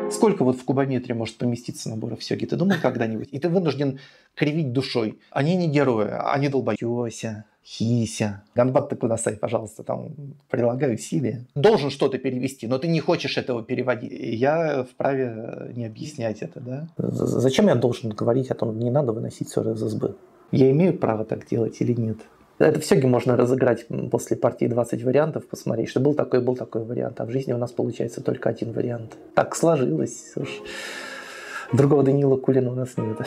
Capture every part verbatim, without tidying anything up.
Сколько вот в кубометре может поместиться наборов сёги? Ты думал когда-нибудь? И ты вынужден кривить душой. Они не герои, они долбоёбы. Йося, Хися. Ганбат ты кудасай, пожалуйста, там прилагай усилия. Должен что-то перевести, но ты не хочешь этого переводить. И я вправе не объяснять это, да? Зачем я должен говорить о том, не надо выносить ссоры из избы? Я имею право так делать или нет? Это в сёге можно разыграть после партии двадцать вариантов, посмотреть, что был такой, был такой вариант, а в жизни у нас получается только один вариант. Так сложилось. Уж. Другого Даниила Кулина у нас нет.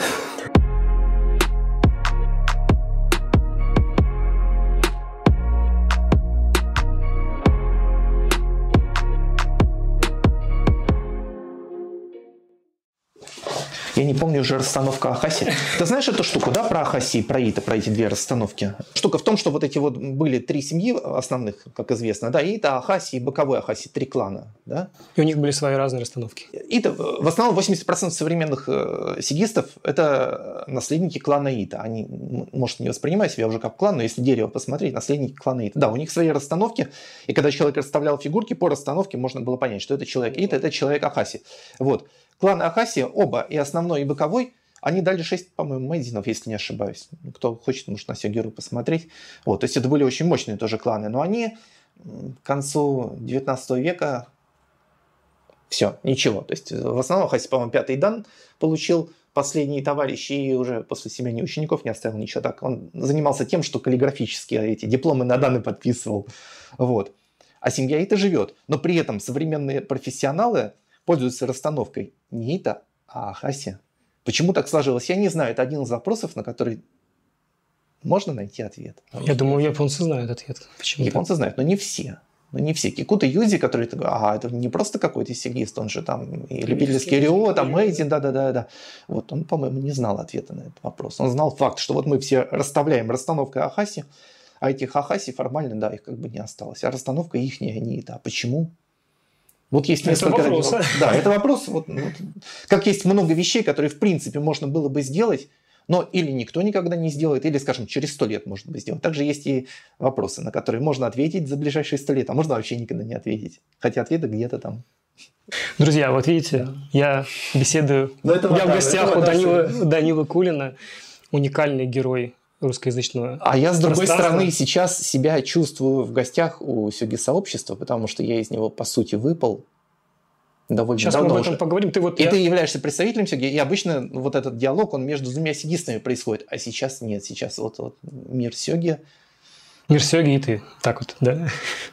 Я не помню уже расстановка Ахаси. Ты знаешь эту штуку, да, про Ахаси и про Ита, про эти две расстановки? Штука в том, что вот эти вот были три семьи основных, как известно, да, Ита, Ахаси и боковой Ахаси, три клана, да? И у них были свои разные расстановки. Ита, в основном восемьдесят процентов современных э, сигистов – это наследники клана Ита. Они, может, не воспринимают себя уже как клан, но если дерево посмотреть, наследники клана Ита. Да, у них свои расстановки, и когда человек расставлял фигурки по расстановке, можно было понять, что это человек Ита, это человек Ахаси. Вот. Кланы Ахаси, оба, и основной, и боковой, они дали шесть, по-моему, мейдзинов, если не ошибаюсь. Кто хочет, может на сёгеру посмотреть. Вот, то есть это были очень мощные тоже кланы. Но они к концу девятнадцатого века все, ничего. То есть в основном Ахаси, по-моему, пятый дан получил последний товарищ, и уже после себя ни учеников не оставил ничего. Так, он занимался тем, что каллиграфически эти дипломы на даны подписывал. Вот. А семья Ита живет. Но при этом современные профессионалы пользуются расстановкой не Ита, а Ахаси. Почему так сложилось? Я не знаю. Это один из вопросов, на который можно найти ответ. Я думаю, японцы знают ответ. Почему японцы так? Знают, но не все. Но не все. Кикута Юзи, который такой, ага, это не просто какой-то сигист, он же там и любительский рио, там Мэйдзин, да-да-да. Вот он, по-моему, не знал ответа на этот вопрос. Он знал факт, что вот мы все расставляем расстановкой Ахаси, а этих Ахаси формально, да, их как бы не осталось. А расстановка ихняя не Ита. А почему? Вот есть несколько... Это вопрос. Таких... Да, это вопрос. Вот, вот, как есть много вещей, которые, в принципе, можно было бы сделать, но или никто никогда не сделает, или, скажем, через сто лет можно бы сделать. Также есть и вопросы, на которые можно ответить за ближайшие сто лет, а можно вообще никогда не ответить. Хотя ответы где-то там. Друзья, вот видите, я беседую... Я в гостях у Данила, Данила Кулина, уникальный герой русскоязычного. А я, с другой стороны, сейчас себя чувствую в гостях у сёги-сообщества, потому что я из него, по сути, выпал довольно сейчас давно мы об этом уже. поговорим. Ты вот и я... ты являешься представителем сёги, и обычно вот этот диалог, он между двумя сёгистами происходит, а сейчас нет. Сейчас вот, вот мир сёги. Мир сёги и ты. Так вот, да.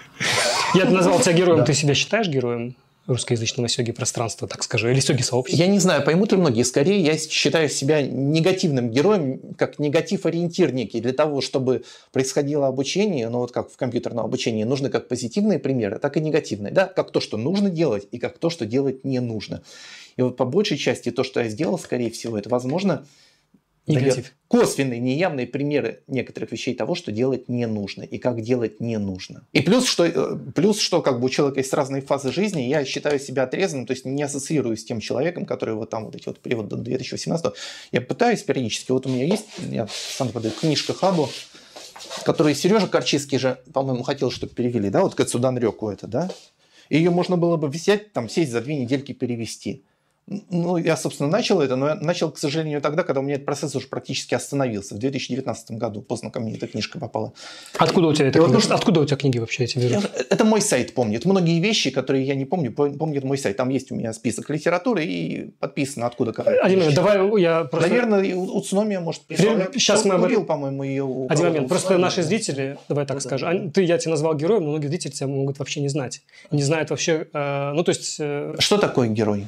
Я назвал тебя героем. Ты себя считаешь героем русскоязычного сёги пространства, так скажу, или сёги сообщества? Я не знаю, поймут ли многие. Скорее, я считаю себя негативным героем, как негатив-ориентир некий. Для того, чтобы происходило обучение, ну вот как в компьютерном обучении, нужны как позитивные примеры, так и негативные. Да? Как то, что нужно делать, и как то, что делать не нужно. И вот по большей части то, что я сделал, скорее всего, это, возможно, негатив. Косвенные, неявные примеры некоторых вещей того, что делать не нужно и как делать не нужно. И плюс, что, плюс, что как бы у человека есть разные фазы жизни, я считаю себя отрезанным, то есть не ассоциируюсь с тем человеком, который вот там вот эти вот периоды до две тысячи восемнадцатого. Я пытаюсь периодически, вот у меня есть, я сам подаю, книжка Хабу, которую Сережа Корчинский же, по-моему, хотел, чтобы перевели, да, вот Кацудан Рёку это, да. Ее можно было бы взять, там, сесть за две недельки перевести. Ну, я, собственно, начал это, но я начал, к сожалению, тогда, когда у меня этот процесс уже практически остановился, в две тысячи девятнадцатом году. Поздно ко мне эта книжка попала. Откуда у тебя эта вот книга? нужно... Откуда у тебя книги вообще эти берут? Это мой сайт помнит. Многие вещи, которые я не помню, помнит мой сайт. Там есть у меня список литературы и подписано, откуда какая-то Один момент, давай я просто... Наверное, у Цуномия, может, прислал. Сейчас мы купил, по-моему, ее. Один момент. Просто наши зрители, давай так скажем, ты, я тебя назвал героем, но многие зрители тебя могут вообще не знать. Не знают вообще, э, ну, то есть... Э... Что такое герой?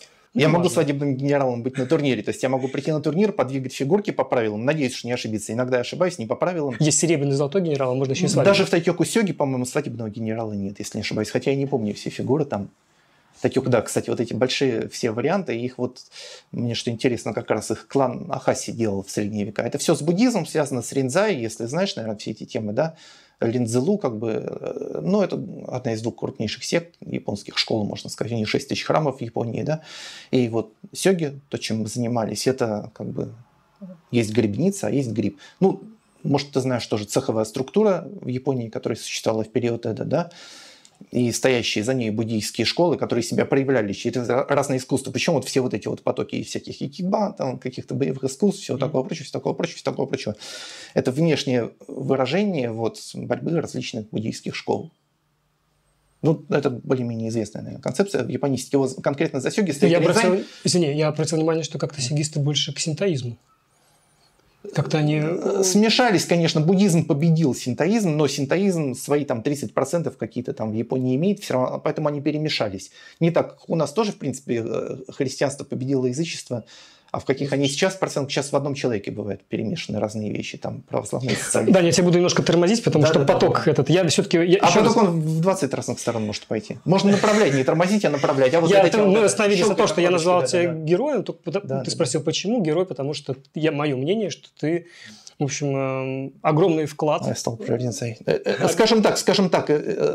Я ну, могу важно. свадебным генералом быть на турнире. То есть я могу прийти на турнир, подвигать фигурки по правилам. Надеюсь, что не ошибиться. Иногда я ошибаюсь, не по правилам. Есть серебряный, золотой генерал, можно еще и свадебный. Даже в Тайкёку Сёги, по-моему, свадебного генерала нет, если не ошибаюсь. Хотя я не помню все фигуры там. Тайкёку, да, кстати, вот эти большие все варианты, их вот, мне что интересно, как раз их клан Ахаси делал в средние века. Это все с буддизмом связано, с ринзай, если знаешь, наверное, все эти темы, да. Линдзелу, как бы, ну, это одна из двух крупнейших сект японских школ, можно сказать, у них шесть тысяч храмов в Японии, да, и вот сёги, то, чем мы занимались, это как бы есть грибница, а есть гриб. Ну, может, ты знаешь, тоже цеховая структура в Японии, которая существовала в период Эда, да, и стоящие за ней буддийские школы, которые себя проявляли через разные искусства. Причем вот все вот эти вот потоки всяких икигба, там, каких-то боевых искусств, всего такого прочего, всего такого прочего, всего такого прочего. Это внешнее выражение вот борьбы различных буддийских школ. Ну, это более-менее известная, наверное, концепция в японистике. Его конкретно за сёги стоит я Рязань. обратил, извини, я обратил внимание, что как-то сёгисты больше к синтоизму. Как-то они... Смешались, конечно, буддизм победил синтоизм, но синтоизм свои там тридцать процентов какие-то там в Японии имеет, все равно, поэтому они перемешались. Не так, у нас тоже, в принципе, христианство победило язычество, а в каких они сейчас процентах, сейчас в одном человеке бывают перемешаны разные вещи, там православные социалисты. Да, я тебя буду немножко тормозить, потому да, что да, поток да, этот, я все-таки... Я а поток раз... он в двадцать разных сторон может пойти. Можно направлять, не тормозить, а направлять. А вот я, эти, мы вот остановились на том, что я назвал да, тебя да, героем, только да, ты да, спросил, да. почему герой, потому что я, мое мнение, что ты... В общем, огромный вклад. Я стал провиденцией. Скажем так, скажем так,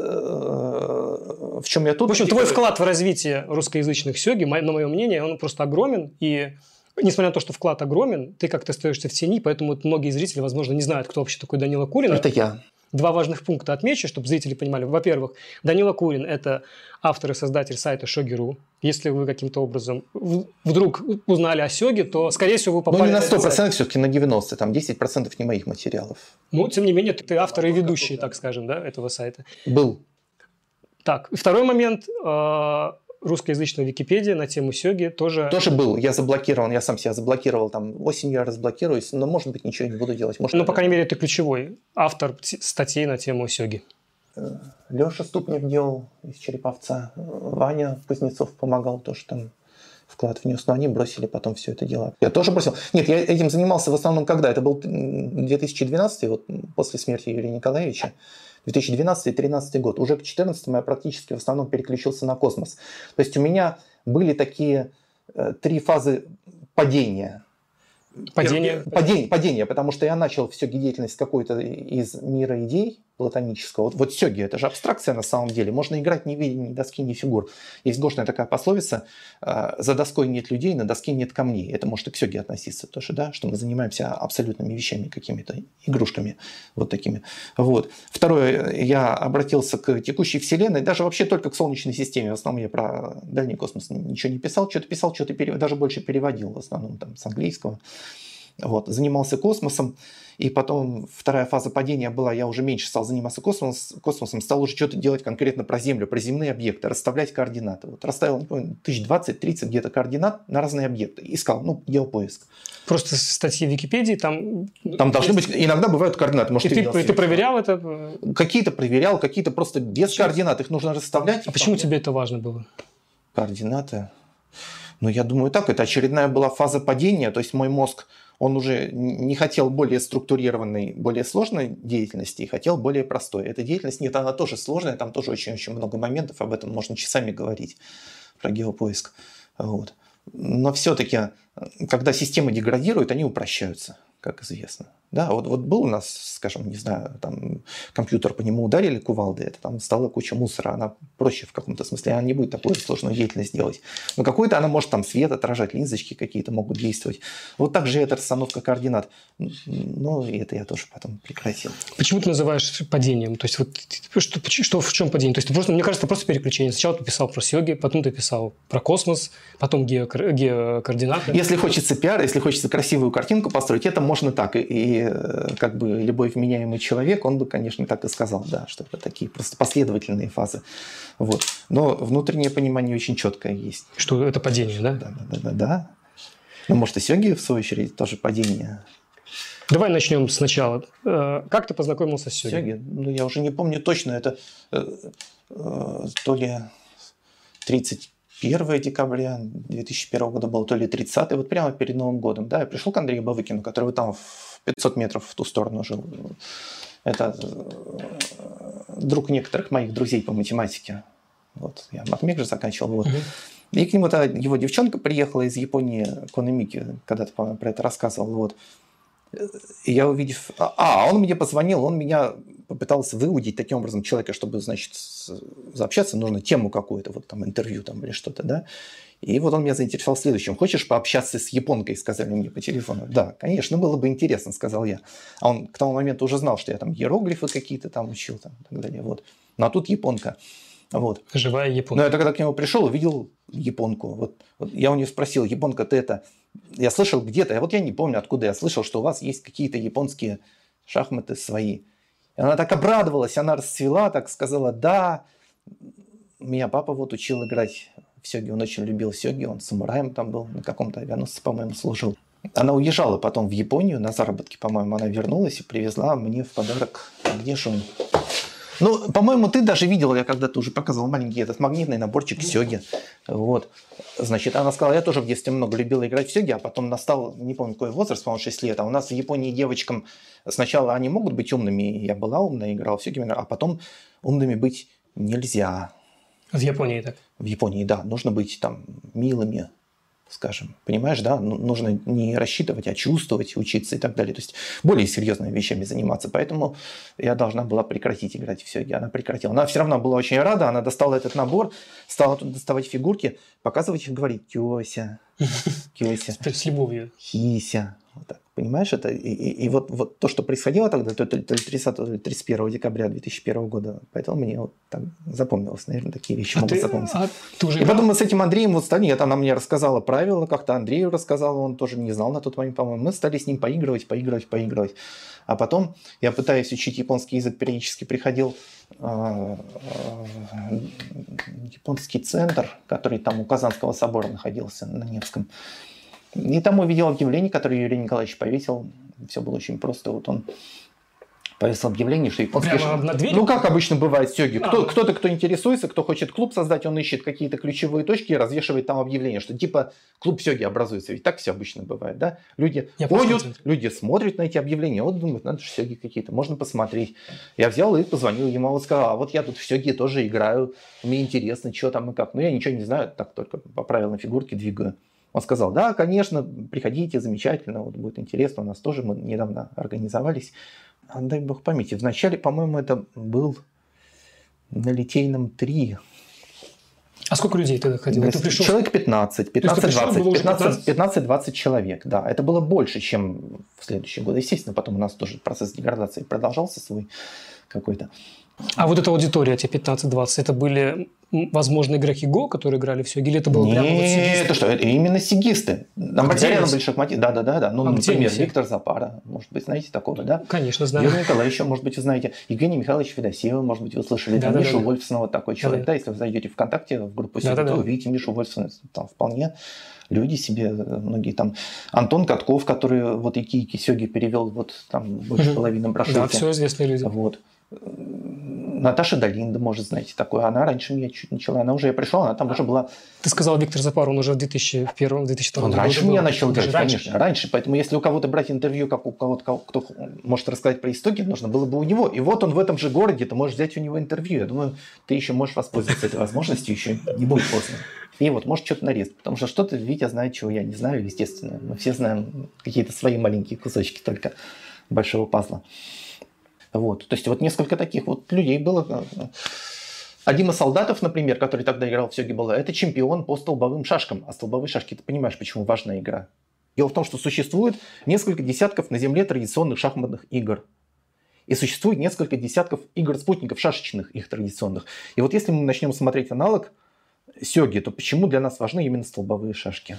в чем я тут... В общем, твой вклад в развитие русскоязычных сёги, на мое мнение, он просто огромен. И несмотря на то, что вклад огромен, ты как-то остаешься в тени, поэтому многие зрители, возможно, не знают, кто вообще такой Данила Курин. Это я. Два важных пункта отмечу, чтобы зрители понимали. Во-первых, Данила Курин – это автор и создатель сайта Shogi.ru. Если вы каким-то образом вдруг узнали о сёге, то, скорее всего, вы попали ну, не на сто процентов, на все-таки на девяносто процентов, там десять процентов не моих материалов. Ну, тем не менее, ты автор и ведущий, так скажем, да, этого сайта. Был. Так, и второй момент. Русскоязычная Википедия на тему сёги тоже... Тоже был. Я заблокирован, я сам себя заблокировал. Там осенью я разблокируюсь, но, может быть, ничего не буду делать. Может, ну, по крайней мере, ты ключевой автор статей на тему сёги. Леша Ступнев делал из Череповца. Ваня Кузнецов помогал, тоже там вклад внес. Но они бросили потом все это дело. Я тоже бросил. Нет, я этим занимался в основном когда? Это был две тысячи двенадцатый, вот после смерти Юрия Николаевича. две тысячи двенадцатый - две тысячи тринадцатый год. Уже к две тысячи четырнадцатому я практически в основном переключился на космос. То есть у меня были такие э, три фазы падения. Падение? Падение, падение, потому что я начал сёги деятельность какой-то из мира идей платонического. Вот, вот сёги, это же абстракция на самом деле. Можно играть не видя ни доски, ни фигур. Есть гошная такая пословица: за доской нет людей, на доске нет камней. Это может и к сёге относиться тоже, да, что мы занимаемся абсолютными вещами, какими-то игрушками вот такими. Вот. Второе, я обратился к текущей Вселенной, даже вообще только к Солнечной системе. В основном я про дальний космос ничего не писал, что-то писал, что-то перев... даже больше переводил, в основном там с английского. Вот. Занимался космосом. И потом вторая фаза падения была, я уже меньше стал заниматься космос, космосом, стал уже что-то делать конкретно про Землю, про земные объекты, расставлять координаты. Вот расставил, не помню, тысяч двадцать-тридцать где-то координат на разные объекты. Искал, ну, геопоиск. Просто статьи в Википедии там... Там должны быть, иногда бывают координаты. Может, и, ты, ты, ты проверял это? Какие-то проверял, какие-то просто без Почему? координат, их нужно расставлять. А почему тебе это важно было? Координаты? Ну, я думаю так, это очередная была фаза падения, то есть мой мозг, он уже не хотел более структурированной, более сложной деятельности и хотел более простой. Эта деятельность, нет, она тоже сложная, там тоже очень-очень много моментов, об этом можно часами говорить, про геопоиск. Вот. Но все-таки, когда системы деградируют, они упрощаются, как известно. Да, вот, вот был у нас, скажем, не знаю, там компьютер, по нему ударили кувалдой, это там стала куча мусора, она проще в каком-то смысле, она не будет такую сложную деятельность делать. Но какую-то она может там свет отражать, линзочки какие-то могут действовать. Вот так же это расстановка координат. Ну, и это я тоже потом прекратил. Почему ты называешь падением? То есть, вот, что, что, в чем падение? То есть, ты просто, мне кажется, просто переключение. Сначала ты писал про сёги, потом ты писал про космос, потом геокоординаты. Если хочется пиара, если хочется красивую картинку построить, это можно так. И, и как бы любой вменяемый человек, он бы, конечно, так и сказал, да, что это такие просто последовательные фазы. Вот. Но внутреннее понимание очень четкое есть. Что это падение, да? Да, да, да, да. Ну, может, и сёги, в свою очередь, тоже падение. Давай начнем сначала. Как ты познакомился с сёги? Сёги? Ну, я уже не помню точно. Это э, э, то ли тридцать первое декабря две тысячи первого года было, то ли тридцатое, вот прямо перед Новым годом. Да, я пришел к Андрею Бавыкину, который там в пятьсот метров в ту сторону жил. Это друг некоторых моих друзей по математике. Вот, я матмег же заканчивал. Вот. Угу. И к нему та его девчонка приехала из Японии, Конемики, когда-то, по-моему, про это рассказывал. Вот. И я увидев... А, он мне позвонил, он меня попытался выудить таким образом человека, чтобы, значит, заобщаться, нужно тему какую-то, вот там интервью там или что-то, да. И вот он меня заинтересовал следующим. Хочешь пообщаться с японкой, сказали мне по телефону. Да, конечно, было бы интересно, сказал я. А он к тому моменту уже знал, что я там иероглифы какие-то там учил, там, и так далее. Вот. Ну а тут японка. Вот. Живая японка. Но я тогда к нему пришел, увидел японку. Вот, вот я у нее спросил, японка, ты это... Я слышал где-то, вот я не помню, откуда я слышал, что у вас есть какие-то японские шахматы свои. И она так обрадовалась, она расцвела, так сказала, да, меня папа вот учил играть в сёги, он очень любил сёги, он самураем там был, на каком-то авианосце, по-моему, служил. Она уезжала потом в Японию на заработки, по-моему, она вернулась и привезла мне в подарок, где же он? Ну, по-моему, ты даже видел, я когда-то уже показывал маленький этот магнитный наборчик сёги. Вот. Значит, она сказала, я тоже в детстве много любила играть в сёги, а потом настал, не помню, какой возраст, по-моему, шесть лет. А у нас в Японии девочкам сначала они могут быть умными, я была умная, играла в сёги, а потом умными быть нельзя. В Японии так? В Японии, да. Нужно быть там милыми, скажем. Понимаешь, да? Нужно не рассчитывать, а чувствовать, учиться и так далее. То есть более серьезными вещами заниматься. Поэтому я должна была прекратить играть в сёги. Она прекратила. Она все равно была очень рада. Она достала этот набор, стала тут доставать фигурки, показывать их, говорить: «Тёся, Тёся, с любовью. Хися». Вот так. Понимаешь, это и, и, и вот, вот то, что происходило тогда, то тридцатого, тридцать первого декабря две тысячи первого года, поэтому мне вот так запомнилось, наверное, такие вещи а могут ты, запомниться. А ты уже и потом мы с этим Андреем вот стали, нет, она мне рассказала правила, как-то Андрею рассказала, он тоже не знал на тот момент, по-моему, мы стали с ним поигрывать, поигрывать, поигрывать. А потом я, пытаясь учить японский язык, периодически приходил в японский центр, который там у Казанского собора находился, на Невском. И там увидел объявление, которое Юрий Николаевич повесил. Все было очень просто. Вот он повесил объявление, что японские... Прямо на двери? Ну, как обычно бывает в сёге. А. Кто, кто-то, кто интересуется, кто хочет клуб создать, он ищет какие-то ключевые точки и развешивает там объявление, что типа клуб сёги образуется. Ведь так все обычно бывает, да? Люди ходят, люди смотрят на эти объявления, вот думают, надо же сёги какие-то, можно посмотреть. Я взял и позвонил ему, вот сказал, а вот я тут в сёги тоже играю, мне интересно, что там и как. Ну, я ничего не знаю, так только по правилам фигурки двигаю. Он сказал, да, конечно, приходите, замечательно, вот будет интересно, у нас тоже, мы недавно организовались. А, дай бог памяти, вначале, по-моему, это был на Литейном три. А сколько людей тогда ходило? Ты пришел... Человек пятнадцать, пятнадцать-двадцать человек, да. Это было больше, чем в следующие годы. Естественно, потом у нас тоже процесс деградации продолжался свой какой-то. А вот эта аудитория, те пятнадцать-двадцать, это были, возможно, игроки Го, которые играли в сёги, или это было Нет, прямо вот сигисты? это что, это именно сигисты. Там рядом были шахматисты. Да, да, да, да. Ну, а например, Виктор Запара, может быть, знаете такого, да? Конечно, знаю. Юрий Николаевич, может быть, вы знаете. Евгений Михайлович Федосеева, может быть, вы слышали. Да, да, Мишу да, Вольфсона, вот такой человек. Да, да. Да, если вы зайдете ВКонтакте в группу сёги, да, да, то увидите Мишу Вольфсона. Там вполне люди себе, многие там. Антон Катков, который вот Икейки сёги перевел, вот там больше угу. половины брошюрки. Да, все известные люди. Вот. Наташа Долинда, может, знаете, такое. Она раньше меня чуть начала. Она уже, я пришел, она там а, уже была... Ты сказал, Виктор Запар, он уже в две тысячи первом - две тысячи втором Он раньше меня начал играть, конечно. Раньше. раньше. Поэтому, если у кого-то брать интервью, как у кого-то, кто может рассказать про истоки, нужно было бы у него. И вот он в этом же городе, ты можешь взять у него интервью. Я думаю, ты еще можешь воспользоваться этой возможностью, еще не будет поздно. И вот, может, что-то нарезать. Потому что что-то Витя знает, чего я не знаю, естественно. Мы все знаем какие-то свои маленькие кусочки только большого пазла. Вот. То есть вот несколько таких вот людей было. Один из солдатов, например, который тогда играл в сёги, был, это чемпион по столбовым шашкам. А столбовые шашки, ты понимаешь, почему важная игра. Дело в том, что существует несколько десятков на Земле традиционных шахматных игр. И существует несколько десятков игр-спутников шашечных, их традиционных. И вот если мы начнем смотреть аналог сёги, то почему для нас важны именно столбовые шашки?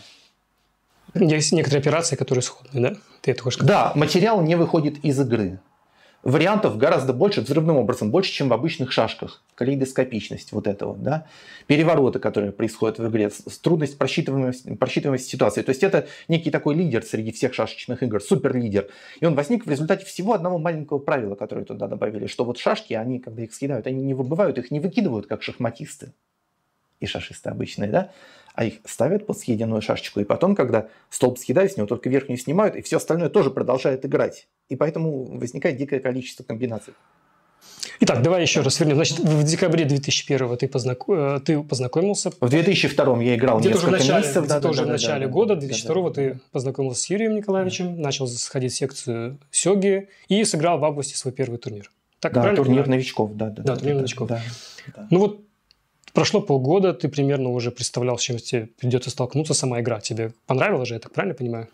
Есть некоторые операции, которые сходны, да? Ты это хочешь сказать? Да, материал не выходит из игры. Вариантов гораздо больше, взрывным образом, больше, чем в обычных шашках. Калейдоскопичность вот этого, да. Перевороты, которые происходят в игре, трудность просчитываемости, просчитываемости ситуации. То есть это некий такой лидер среди всех шашечных игр, суперлидер. И он возник в результате всего одного маленького правила, которое туда добавили, что вот шашки, они, когда их съедают, они не выбывают, их не выкидывают, как шахматисты и шашисты обычные, да, а их ставят под съеденную шашечку, и потом, когда столб съедают, с него только верхнюю снимают, и все остальное тоже продолжает играть. И поэтому возникает дикое количество комбинаций. Итак, давай еще раз вернем. Значит, в декабре две тысячи первого ты, познаком... ты познакомился. В две тысячи втором я играл где-то несколько уже в начале, месяцев. Где-то да, уже да, в начале да, года, да, две тысячи второго, да, да, ты познакомился с Юрием Николаевичем, да. начал заходить в секцию сёги и сыграл в августе свой первый турнир. Так, да, турнир понимаю? новичков. Да, да, да, да, турнир да, новичков. Да, да. Ну вот, прошло полгода, ты примерно уже представлял, с чем тебе придется столкнуться, сама игра. Тебе понравилась же, я так правильно понимаю?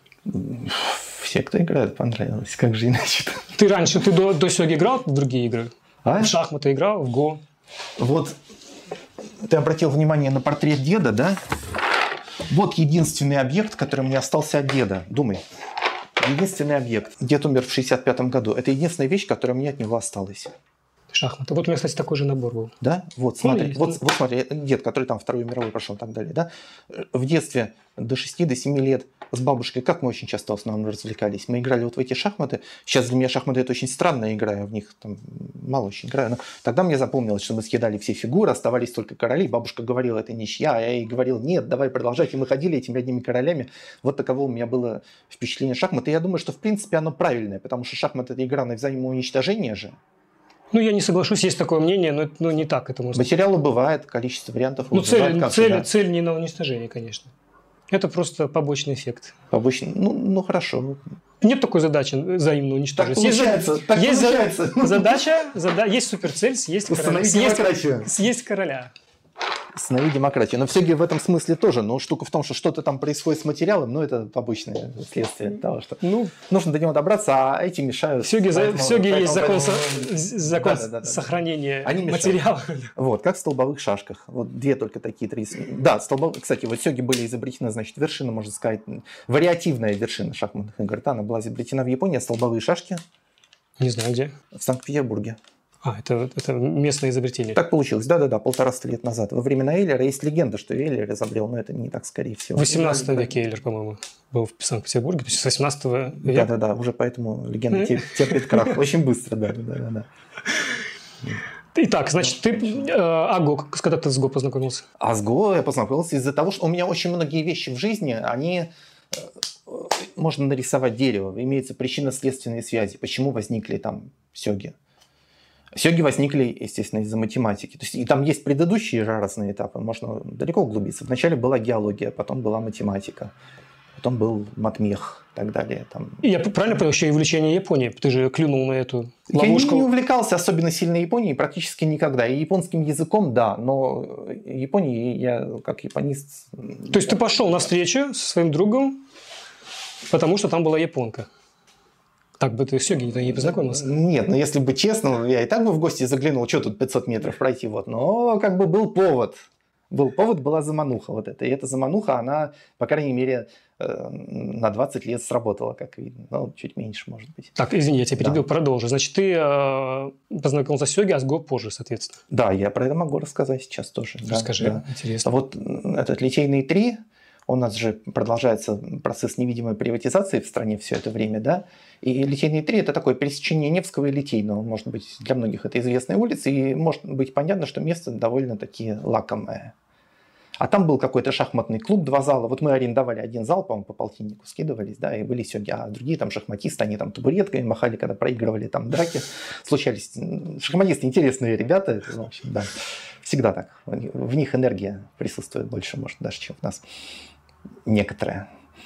Все, кто играет, понравилось. Как же иначе? Ты раньше, ты до, до сёги играл в другие игры? А? В шахматы играл, в го? Вот Ты обратил внимание на портрет деда, да? Вот единственный объект, который мне остался от деда. Думай. Единственный объект. Дед умер в шестьдесят пятом году. Это единственная вещь, которая мне от него осталась. Шахматы. Вот у меня, кстати, такой же набор был. Да? Вот, смотри. Вот, вот смотри, дед, который там Вторую мировую прошел и так далее. Да? В детстве до шести, до семи лет с бабушкой, как мы очень часто в основном развлекались. Мы играли вот в эти шахматы. Сейчас для меня шахматы это очень странная игра. Я в них там мало очень играю. Но тогда мне запомнилось, что мы съедали все фигуры, оставались только короли. Бабушка говорила, это ничья. А я ей говорил, нет, давай продолжать. И мы ходили этими одними королями. Вот таково у меня было впечатление шахмат. И я думаю, что в принципе оно правильное. Потому что шахматы это игра на взаимоуничтожение же. Ну, я не соглашусь, есть такое мнение, но ну, не так это можно. Материала бывает, количество вариантов. Ну, цель, бывает, цель, цель не на уничтожение, конечно. Это просто побочный эффект. Побочный, ну, ну хорошо. Нет такой задачи взаимно уничтожить. Так получается. Есть, так есть получается. задача, зада, есть суперцель съесть короля. Съесть, съесть короля. Остановить демократию. Но все в этом смысле тоже. Но штука в том, что что-то там происходит с материалом, но это побочное следствие того, что ну, нужно до него добраться, а эти мешают. В Сёге, поэтому, в Сёге есть закон, поэтому... со... закон да, да, да, сохранения Они материала. Вот, как в столбовых шашках. Вот две только такие три. Да, столбов... кстати, вот Сёги были изобретены, значит, вершина, можно сказать, вариативная вершина шахматных игр. Она была изобретена в Японии, столбовые шашки. Не знаю где. В Санкт-Петербурге. А, это, это местное изобретение. Так получилось, да-да-да, полтораста лет назад. Во времена Эйлера есть легенда, что Эйлер изобрел, но это не так, скорее всего. В восемнадцатом веке Эйлер, по-моему, был в Санкт-Петербурге, то есть с восемнадцатого века. Да-да-да, уже поэтому легенда терпит крах. Очень быстро, да-да-да. Итак, значит, ты э, а Го, когда ты с Го познакомился? А с Го я познакомился из-за того, что у меня очень многие вещи в жизни, они... Можно нарисовать дерево, имеются причинно-следственные связи, почему возникли там сёги. Сёги возникли, естественно, из-за математики. То есть, и там есть предыдущие разные этапы, можно далеко углубиться. Вначале была геология, потом была математика, потом был матмех и так далее. Там... И я правильно понял, еще и увлечение Японией? Ты же клюнул на эту ловушку. Я не, не увлекался особенно сильно Японией практически никогда. И японским языком, да, но Японией я как японист... То есть ты пошел на встречу со своим другом, потому что там была японка? Так бы ты с Сёги не познакомился? Нет, но если бы честно, я и так бы в гости заглянул, что тут пятьсот метров пройти, вот. Но как бы был повод. Был повод, была замануха вот эта. И эта замануха, она, по крайней мере, на двадцать лет сработала, как видно. Ну, чуть меньше, может быть. Так, извини, я тебя перебил, да. Продолжу. Значит, ты э, познакомился с Сёги, а с Го позже, соответственно. Да, я про это могу рассказать сейчас тоже. Расскажи, да, интересно. Да. Вот этот литейный три, у нас же продолжается процесс невидимой приватизации в стране все это время, да, и Литейный три – это такое пересечение Невского и Литейного, может быть, для многих это известная улица, и может быть понятно, что место довольно-таки лакомое. А там был какой-то шахматный клуб, два зала, вот мы арендовали один зал, по-моему, по полтиннику скидывались, да, и были сёги, а другие там шахматисты, они там табуретками махали, когда проигрывали там драки, случались. Шахматисты интересные ребята, в общем, да, всегда так, в них энергия присутствует больше, может, даже, чем в нас. Некоторые.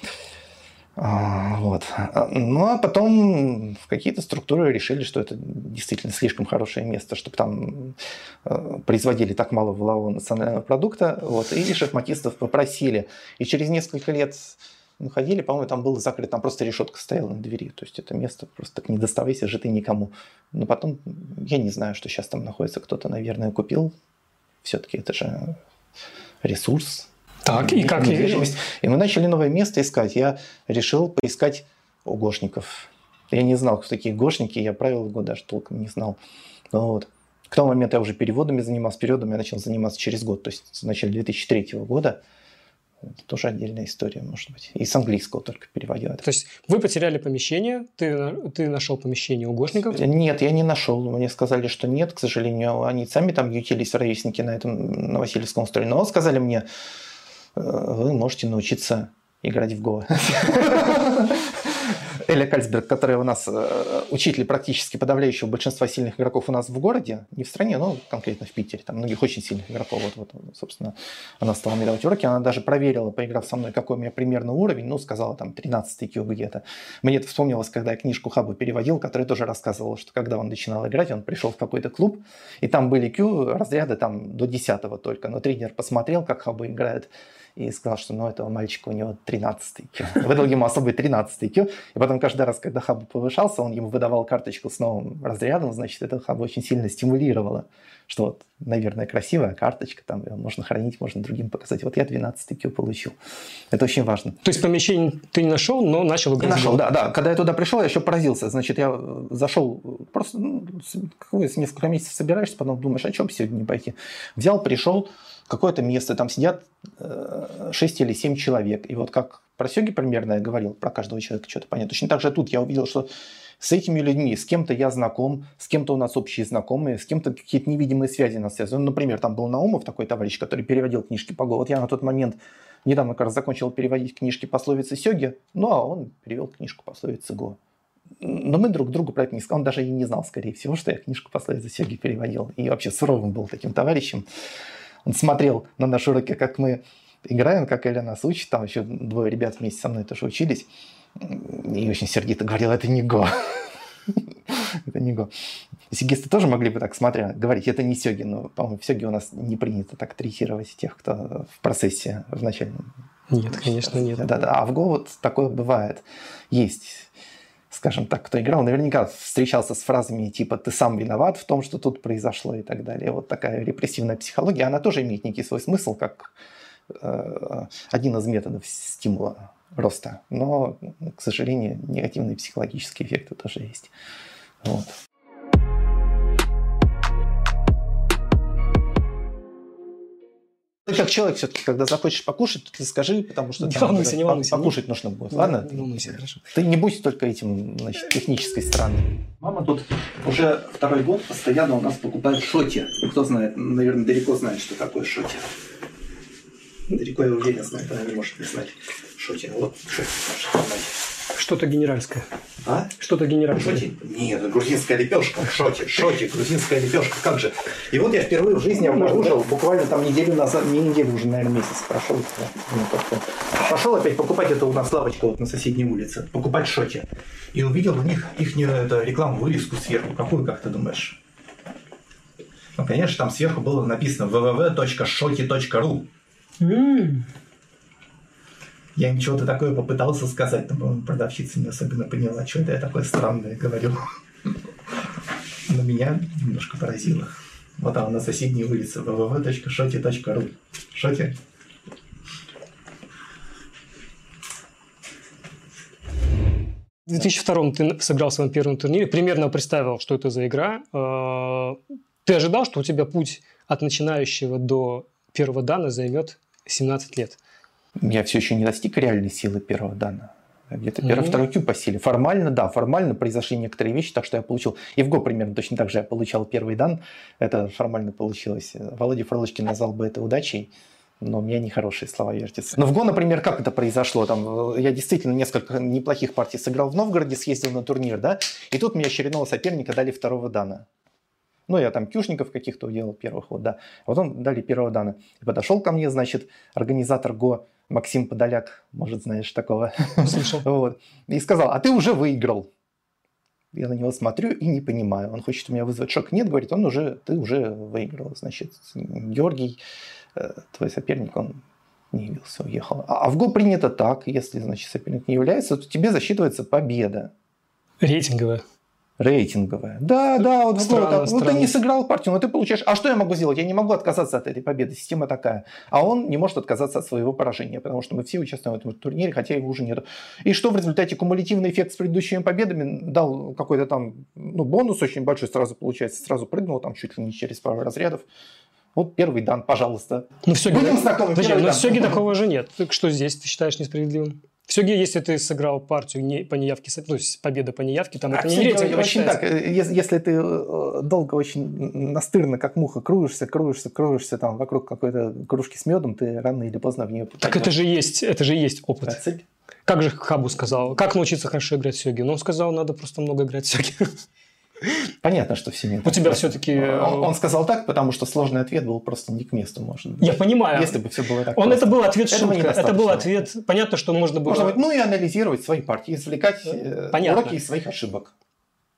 Вот. Ну, а потом в какие-то структуры решили, что это действительно слишком хорошее место, чтобы там производили так мало валового национального продукта. Вот, и шахматистов попросили. И через несколько лет ну, ходили, по-моему, там было закрыто, там просто решетка стояла на двери. То есть это место просто так не доставайся же ты никому. Но потом, я не знаю, что сейчас там находится. Кто-то, наверное, купил. Все-таки это же ресурс. Так, и как? И мы начали новое место искать. Я решил поискать угошников. Я не знал, кто такие гошники, я правил его даже толком не знал. Вот. К тому моменту я уже переводами занимался. Переводами я начал заниматься через год, то есть в начале две тысячи третьего года. Это тоже отдельная история, может быть. И с английского только переводил это. То есть вы потеряли помещение, ты, ты нашел помещение у гошников? Нет, я не нашел. Мне сказали, что нет, к сожалению. Они сами там ютились, ровесники на этом на Васильевском острове. Но сказали мне, вы можете научиться играть в Го. Эля Кальсберг, которая у нас учитель практически подавляющего большинства сильных игроков у нас в городе, не в стране, но конкретно в Питере, там многих очень сильных игроков, вот, вот, собственно, она стала мне давать уроки, она даже проверила, поиграв со мной, какой у меня примерно уровень, ну, сказала, там, тринадцатый кью где-то. Мне это вспомнилось, когда я книжку Хабу переводил, который тоже рассказывал, что когда он начинал играть, он пришел в какой-то клуб, и там были кью разряды там до десятого только, но тренер посмотрел, как Хабу играет, и сказал, что ну, этого мальчика у него тринадцатый кью. Выдал ему особый тринадцатый кью, и потом каждый раз, когда Хаббл повышался, он ему выдавал карточку с новым разрядом, значит, это Хаббл очень сильно стимулировало, что вот, наверное, красивая карточка, там ее можно хранить, можно другим показать. Вот я двенадцатый кью получил. Это очень важно. То есть помещение ты не нашел, но начал играть? Не нашел, да, да. Когда я туда пришел, я еще поразился. Значит, я зашел, просто ну, какой, с несколько месяцев собираешься, потом думаешь, а что бы сегодня не пойти? Взял, пришел, какое-то место, там сидят шесть или семь человек. И вот как про сёги примерно я говорил, про каждого человека что-то понятно. Точно так же тут я увидел, что с этими людьми, с кем-то я знаком, с кем-то у нас общие знакомые, с кем-то какие-то невидимые связи нас связывают. Ну, например, там был Наумов такой товарищ, который переводил книжки по Го. Вот я на тот момент недавно как раз закончил переводить книжки пословицы сёги, ну, а он перевел книжку пословицы Го. Но мы друг другу про это не сказали. Он даже и не знал, скорее всего, что я книжку пословицы сёги переводил. И вообще суровым был таким товарищем. Он смотрел на наши уроки, как мы играем, как Эля нас учит. Там еще двое ребят вместе со мной тоже учились. И очень сердито говорил, это не Го. Это не Го. Сёгисты тоже могли бы так смотря говорить, это не сёги, но, по-моему, в сёге у нас не принято так третировать тех, кто в процессе в начальном. Нет, конечно, нет. Да, да. А в Го вот такое бывает. Есть, скажем так, кто играл, наверняка встречался с фразами типа «ты сам виноват в том, что тут произошло» и так далее. Вот такая репрессивная психология, она тоже имеет некий свой смысл, как э, один из методов стимула роста. Но, к сожалению, негативные психологические эффекты тоже есть. Вот. Ты как человек все-таки, когда захочешь покушать, то ты скажи, потому что не там, волнуйся, не волнуйся. Покушать нужно будет. Не, Ладно? Не волнуйся, хорошо. Ты не будь только этим, значит, технической стороной. Мама тут уже второй год постоянно у нас покупает шоти. Кто знает, наверное, далеко знает, что такое шоти. Далеко, я уверен, знает, она не может не знать шоти. Вот шоти наша. Что-то генеральское. А? Что-то генеральское. Шоти? Нет, это грузинская лепешка. Шоти, шоти, грузинская лепешка. Как же? И вот я впервые в жизни обнаружил, буквально там неделю назад, не неделю, уже, наверное, месяц прошел. Пошел опять покупать, это у нас лавочка вот на соседней улице, покупать шоти. И увидел у них их рекламу, вывеску сверху. Какую, как ты думаешь? Ну, конечно, там сверху было написано дабл ю дабл ю дабл ю точка шоти точка ру. Mm. Я им что-то такое попытался сказать, но, по-моему, продавщица не особенно поняла, что это я такое странное говорю. Но меня немножко поразило. Вот там на соседней улице дабл ю дабл ю дабл ю точка шоти точка ру. Шоти? В две тысячи втором ты сыграл в своем первом турнире, примерно представил, что это за игра. Ты ожидал, что у тебя путь от начинающего до первого дана займет семнадцать лет? Я все еще не достиг реальной силы первого дана. Где-то первый, mm-hmm. второй кью по силе. Формально, да, формально произошли некоторые вещи, так что я получил... И в Го примерно точно так же я получал первый дан. Это формально получилось. Володя Фролочкин назвал бы это удачей, но у меня нехорошие слова вертятся. Но в Го, например, как это произошло? Там, я действительно несколько неплохих партий сыграл в Новгороде, съездил на турнир, да, и тут мне очередного соперника дали второго дана. Ну, я там кюшников каких-то уделал первых, вот, да. А потом дали первого дана. И подошел ко мне, значит, организатор Го Максим Подоляк, может, знаешь такого. Слышал. Вот. И сказал, а ты уже выиграл. Я на него смотрю и не понимаю. Он хочет у меня вызвать шок. Нет, говорит, он уже, ты уже выиграл. Значит, Георгий, твой соперник, он не явился, уехал. А в Го принято так, если, значит, соперник не является, то тебе засчитывается победа. Рейтинговая. Рейтинговая. Да, да, вот странно, так. странно. Ну, ты не сыграл партию, но ты получаешь... А что я могу сделать? Я не могу отказаться от этой победы. Система такая. А он не может отказаться от своего поражения, потому что мы все участвуем в этом турнире, хотя его уже нет. И что в результате? Кумулятивный эффект с предыдущими победами дал какой-то там ну, бонус очень большой сразу получается. Сразу прыгнул там чуть ли не через пару разрядов. Вот первый дан, пожалуйста. Ну, в Сёге, Будем знакомы. Подожди, но в Сёге такого же нет. Так что здесь ты считаешь несправедливым? В Сёге, если ты сыграл партию не, по неявке, то есть победа по неявке, там а это не рейтинг. Очень так, если, если ты долго очень настырно, как муха, кружишься, кружишься, кружишься там вокруг какой-то кружки с медом, ты рано или поздно в нее попадешь. Так это же есть, это же есть опыт. А цель? Как же Хаббл сказал? Как научиться хорошо играть в Сёге? Ну, он сказал, надо просто много играть в Сёге. Понятно, что все не У тебя все-таки... Он, он сказал так, потому что сложный ответ был просто не к месту, может быть. Я понимаю. Если бы все было так он просто. Это был ответ шутка. Это был ответ... Понятно, что можно было... Можно быть, ну и анализировать свои партии, извлекать Понятно. уроки из своих ошибок.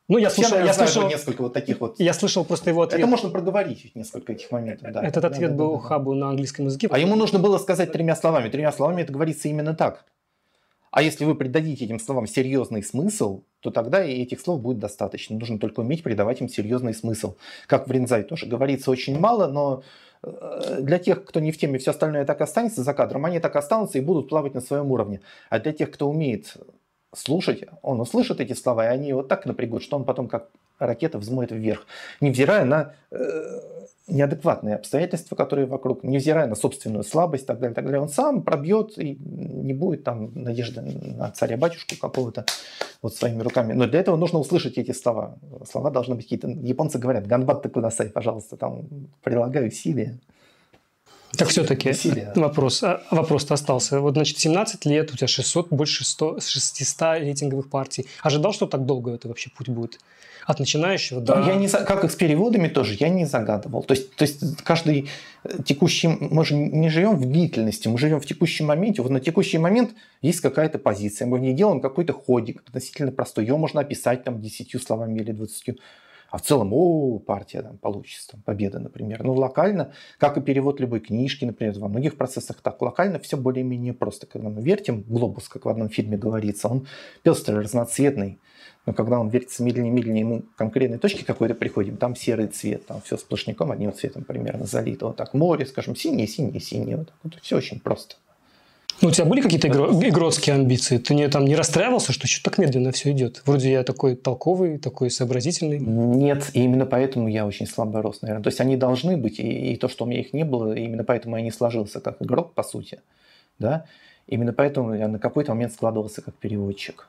Ну, я слышал, я, я знаю слышал несколько вот таких вот. Я слышал просто его ответ. Это можно проговорить, несколько этих моментов. Да. Этот да, ответ да, был да, да, Хабу на английском языке. А ему нужно было сказать тремя словами. Тремя словами это говорится именно так. А если вы придадите этим словам серьезный смысл, то тогда и этих слов будет достаточно. Нужно только уметь придавать им серьезный смысл. Как в Ринзай тоже говорится очень мало, но для тех, кто не в теме, все остальное так останется за кадром, они так останутся и будут плавать на своем уровне. А для тех, кто умеет слушать, он услышит эти слова, и они его так напрягут, что он потом как ракета взмоет вверх, невзирая на э, неадекватные обстоятельства, которые вокруг, невзирая на собственную слабость, так далее, так далее. Он сам пробьет и не будет там надежды на царя-батюшку какого-то вот своими руками. Но для этого нужно услышать эти слова. Слова должны быть какие-то... Японцы говорят, ганбатте кудасай, пожалуйста, там прилагаю усилия. Так все-таки вопрос, вопрос-то остался. Вот, значит, семнадцать лет, у тебя шестьсот, больше шестисот рейтинговых партий. Ожидал, что так долго это вообще путь будет? От начинающего до... Я не, как и с переводами тоже, я не загадывал. То есть, то есть каждый текущий... Мы же не живем в длительности, мы живем в текущем моменте. Вот на текущий момент есть какая-то позиция. Мы в ней делаем какой-то ходик относительно простой. Ее можно описать там десятью словами или двадцатью. А в целом, о, партия там, получится, там, победа, например. Но локально, как и перевод любой книжки, например, во многих процессах так, локально все более-менее просто. Когда мы вертим глобус, как в одном фильме говорится, он пестрый, разноцветный. Но когда он вертится медленнее-медленнее, мы к конкретной точке какой-то приходим, там серый цвет, там все сплошняком одним цветом примерно залито. Вот так море, скажем, синее, синее, синее. Вот так. Вот. Все очень просто. Ну, у тебя были какие-то игро- игротские амбиции? Ты не, там, не расстраивался, что что-то так медленно все идет? Вроде я такой толковый, такой сообразительный. Нет, и именно поэтому я очень слабо рос, наверное. То есть они должны быть, и, и то, что у меня их не было, именно поэтому я не сложился как игрок, по сути. Да? Именно поэтому я на какой-то момент складывался как переводчик.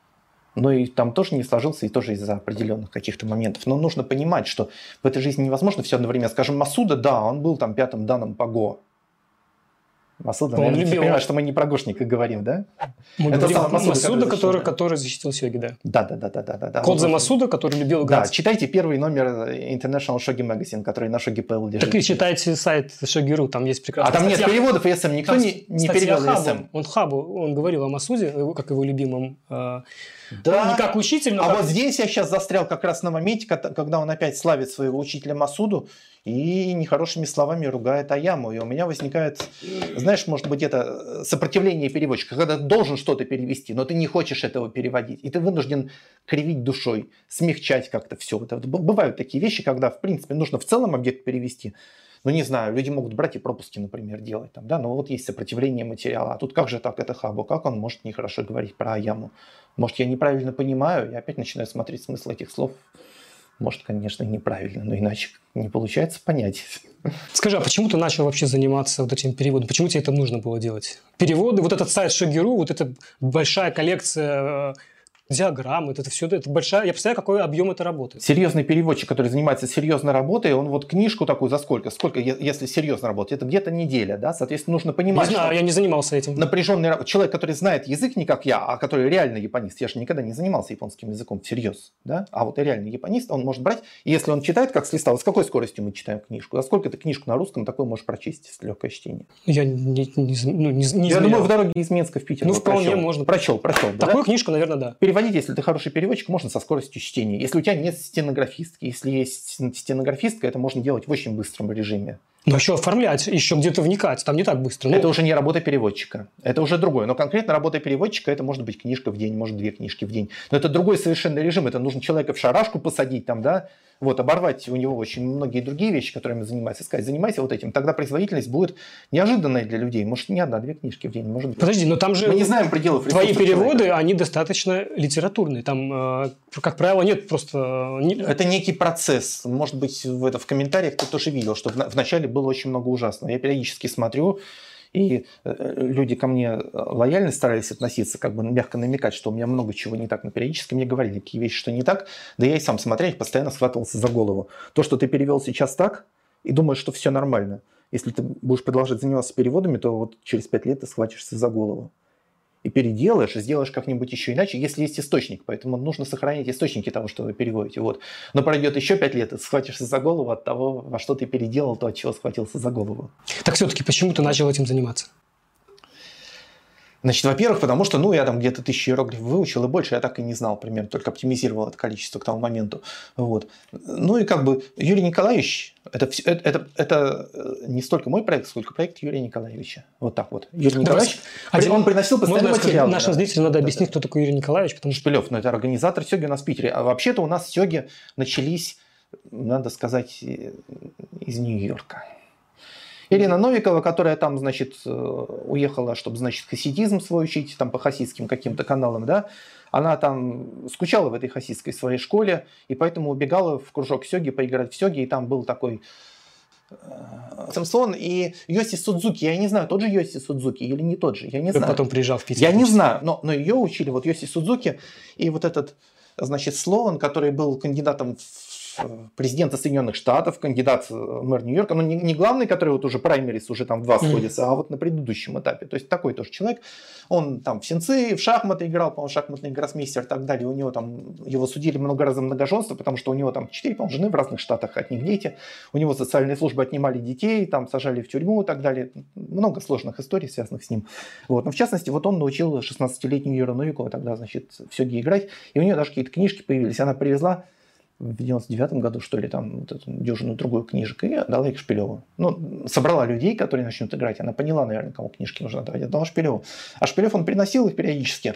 Но и там тоже не сложился, и тоже из-за определенных каких-то моментов. Но нужно понимать, что в этой жизни невозможно все одновременно. Скажем, Масуда, да, он был там пятым данным по Го. Масуда, наверное, любил... ты понимаешь, что мы не про гошника говорим, да? Мы это говорим Масуда, Масуда, который, который, который защитил Сёги, да. Да, да, да, да, да, да. Кодзе Масуда, который любил играть. Да, читайте первый номер International Shogi Magazine, который на Shogi точка пи эл лежит. Так и читайте сайт Shogi точка ру, там есть прекрасная. А там статья. Нет переводов и эс эм, никто не, не перевел эс эм. Он Хабу, он говорил о Масуде, как его любимом. Да. Ну, не как учитель, но А как... вот здесь я сейчас застрял как раз на моменте, когда он опять славит своего учителя Масуду и нехорошими словами ругает Аяму. И у меня возникает, знаешь, может быть, это сопротивление переводчика, когда ты должен что-то перевести, но ты не хочешь этого переводить. И ты вынужден кривить душой, смягчать как-то все. Это, бывают такие вещи, когда, в принципе, нужно в целом объект перевести. Ну, не знаю, люди могут брать и пропуски, например, делать. Там, да? Но вот есть сопротивление материала. А тут как же так, это Хабу? Как он может нехорошо говорить про Аяму? Может, я неправильно понимаю? Я опять начинаю смотреть смысл этих слов. Может, конечно, и неправильно, но иначе не получается понять. Скажи, а почему ты начал вообще заниматься вот этим переводом? Почему тебе это нужно было делать? Переводы, вот этот сайт Shogi точка ру, вот эта большая коллекция диаграммы, это все, это большая, я представляю, какой объем это работы. Серьезный переводчик, который занимается серьезной работой, он вот книжку такую за сколько? Сколько, если серьезно работать? Это где-то неделя, да? Соответственно, нужно понимать, не знаю, что я не занимался этим. Напряженный человек, который знает язык не как я, а который реально японист. Я же никогда не занимался японским языком всерьез, да? А вот и реальный японист, он может брать, и если он читает как с листа, вот с какой скоростью мы читаем книжку? За сколько ты книжку на русском такой можешь прочесть, если легкое чтение? Я не, не, ну, не, не Я думаю, в дороге из Минска в Питер. Ну, вполне прочел. можно. Прочел, прочел. Такую да? книжку, наверное, да. Переводить, если ты хороший переводчик, можно со скоростью чтения. Если у тебя нет стенографистки, если есть стенографистка, это можно делать в очень быстром режиме. Но еще оформлять, еще где-то вникать, там не так быстро. Это ну... уже не работа переводчика, это уже другое. Но конкретно работа переводчика, это может быть книжка в день, может две книжки в день. Но это другой совершенно режим, это нужно человека в шарашку посадить, там, да, вот, оборвать у него очень многие другие вещи, которыми занимается, сказать, занимайся вот этим, тогда производительность будет неожиданной для людей. Может, не одна, две книжки в день, может быть. Подожди, но там же... Мы не знаем пределов твои переводы, человека. Они достаточно литературные, там, как правило, нет просто... Это некий процесс. Может быть, в, это, в комментариях ты тоже видел, что в, в начале было очень много ужасного. Я периодически смотрю, и люди ко мне лояльно старались относиться, как бы мягко намекать, что у меня много чего не так, но периодически мне говорили, какие вещи, что не так. Да я и сам, смотря их, постоянно схватывался за голову. То, что ты перевел сейчас так, и думаешь, что все нормально. Если ты будешь продолжать заниматься переводами, то вот через пять лет ты схватишься за голову. И переделаешь, и сделаешь как-нибудь еще иначе, если есть источник. Поэтому нужно сохранять источники того, что вы переводите. Вот. Но пройдет еще пять лет, и схватишься за голову от того, во что ты переделал, то, от чего схватился за голову. Так все-таки почему ты начал этим заниматься? Значит, во-первых, потому что, ну, я там где-то тысячу иероглифов выучил и больше, я так и не знал примерно, только оптимизировал это количество к тому моменту. Вот. Ну и как бы Юрий Николаевич, это, это, это, это не столько мой проект, сколько проект Юрия Николаевича. Вот так вот. Юрий Николаевич, Один, он приносил постоянно материал. Нашим да. зрителям надо объяснить, кто такой Юрий Николаевич. Потому что... Шпилев, ну это организатор сёги у нас в Питере. А вообще-то у нас сёги начались, надо сказать, из Нью-Йорка. Ирина Новикова, которая там, значит, уехала, чтобы, значит, хасидизм свой учить, там по хасидским каким-то каналам, да, она там скучала в этой хасидской своей школе, и поэтому убегала в кружок сёги, поиграть в сёги, и там был такой Самсон и Йоси Судзуки. Я не знаю, тот же Йоси Судзуки или не тот же, я не Ты знаю. потом приезжал в Питер. Я не знаю, но, но ее учили, вот Йоси Судзуки, и вот этот, значит, Слоан, который был кандидатом в президента Соединенных Штатов, кандидат в мэр Нью-Йорка, но не, не главный, который вот уже праймерис, уже там в два сходится, mm-hmm. а вот на предыдущем этапе. То есть такой тоже человек. Он там в сенцы, в шахматы играл, по-моему, шахматный гроссмейстер и так далее. У него там, его судили много раз за многоженство, потому что у него там четыре, по-моему, жены в разных штатах, от них дети. У него социальные службы отнимали детей, там сажали в тюрьму и так далее. Много сложных историй, связанных с ним. Вот. Но в частности, вот он научил шестнадцатилетнюю Юру Новикову тогда, значит, в сёги играть. И у нее даже какие-то книжки появились. Она привезла в девяносто девятом году, что ли, там вот эту дюжину другую книжек, и отдала их Шпилеву. Ну, собрала людей, которые начнут играть. Она поняла, наверное, кому книжки нужно давать. Отдала Шпилеву. А Шпилев, он приносил их периодически.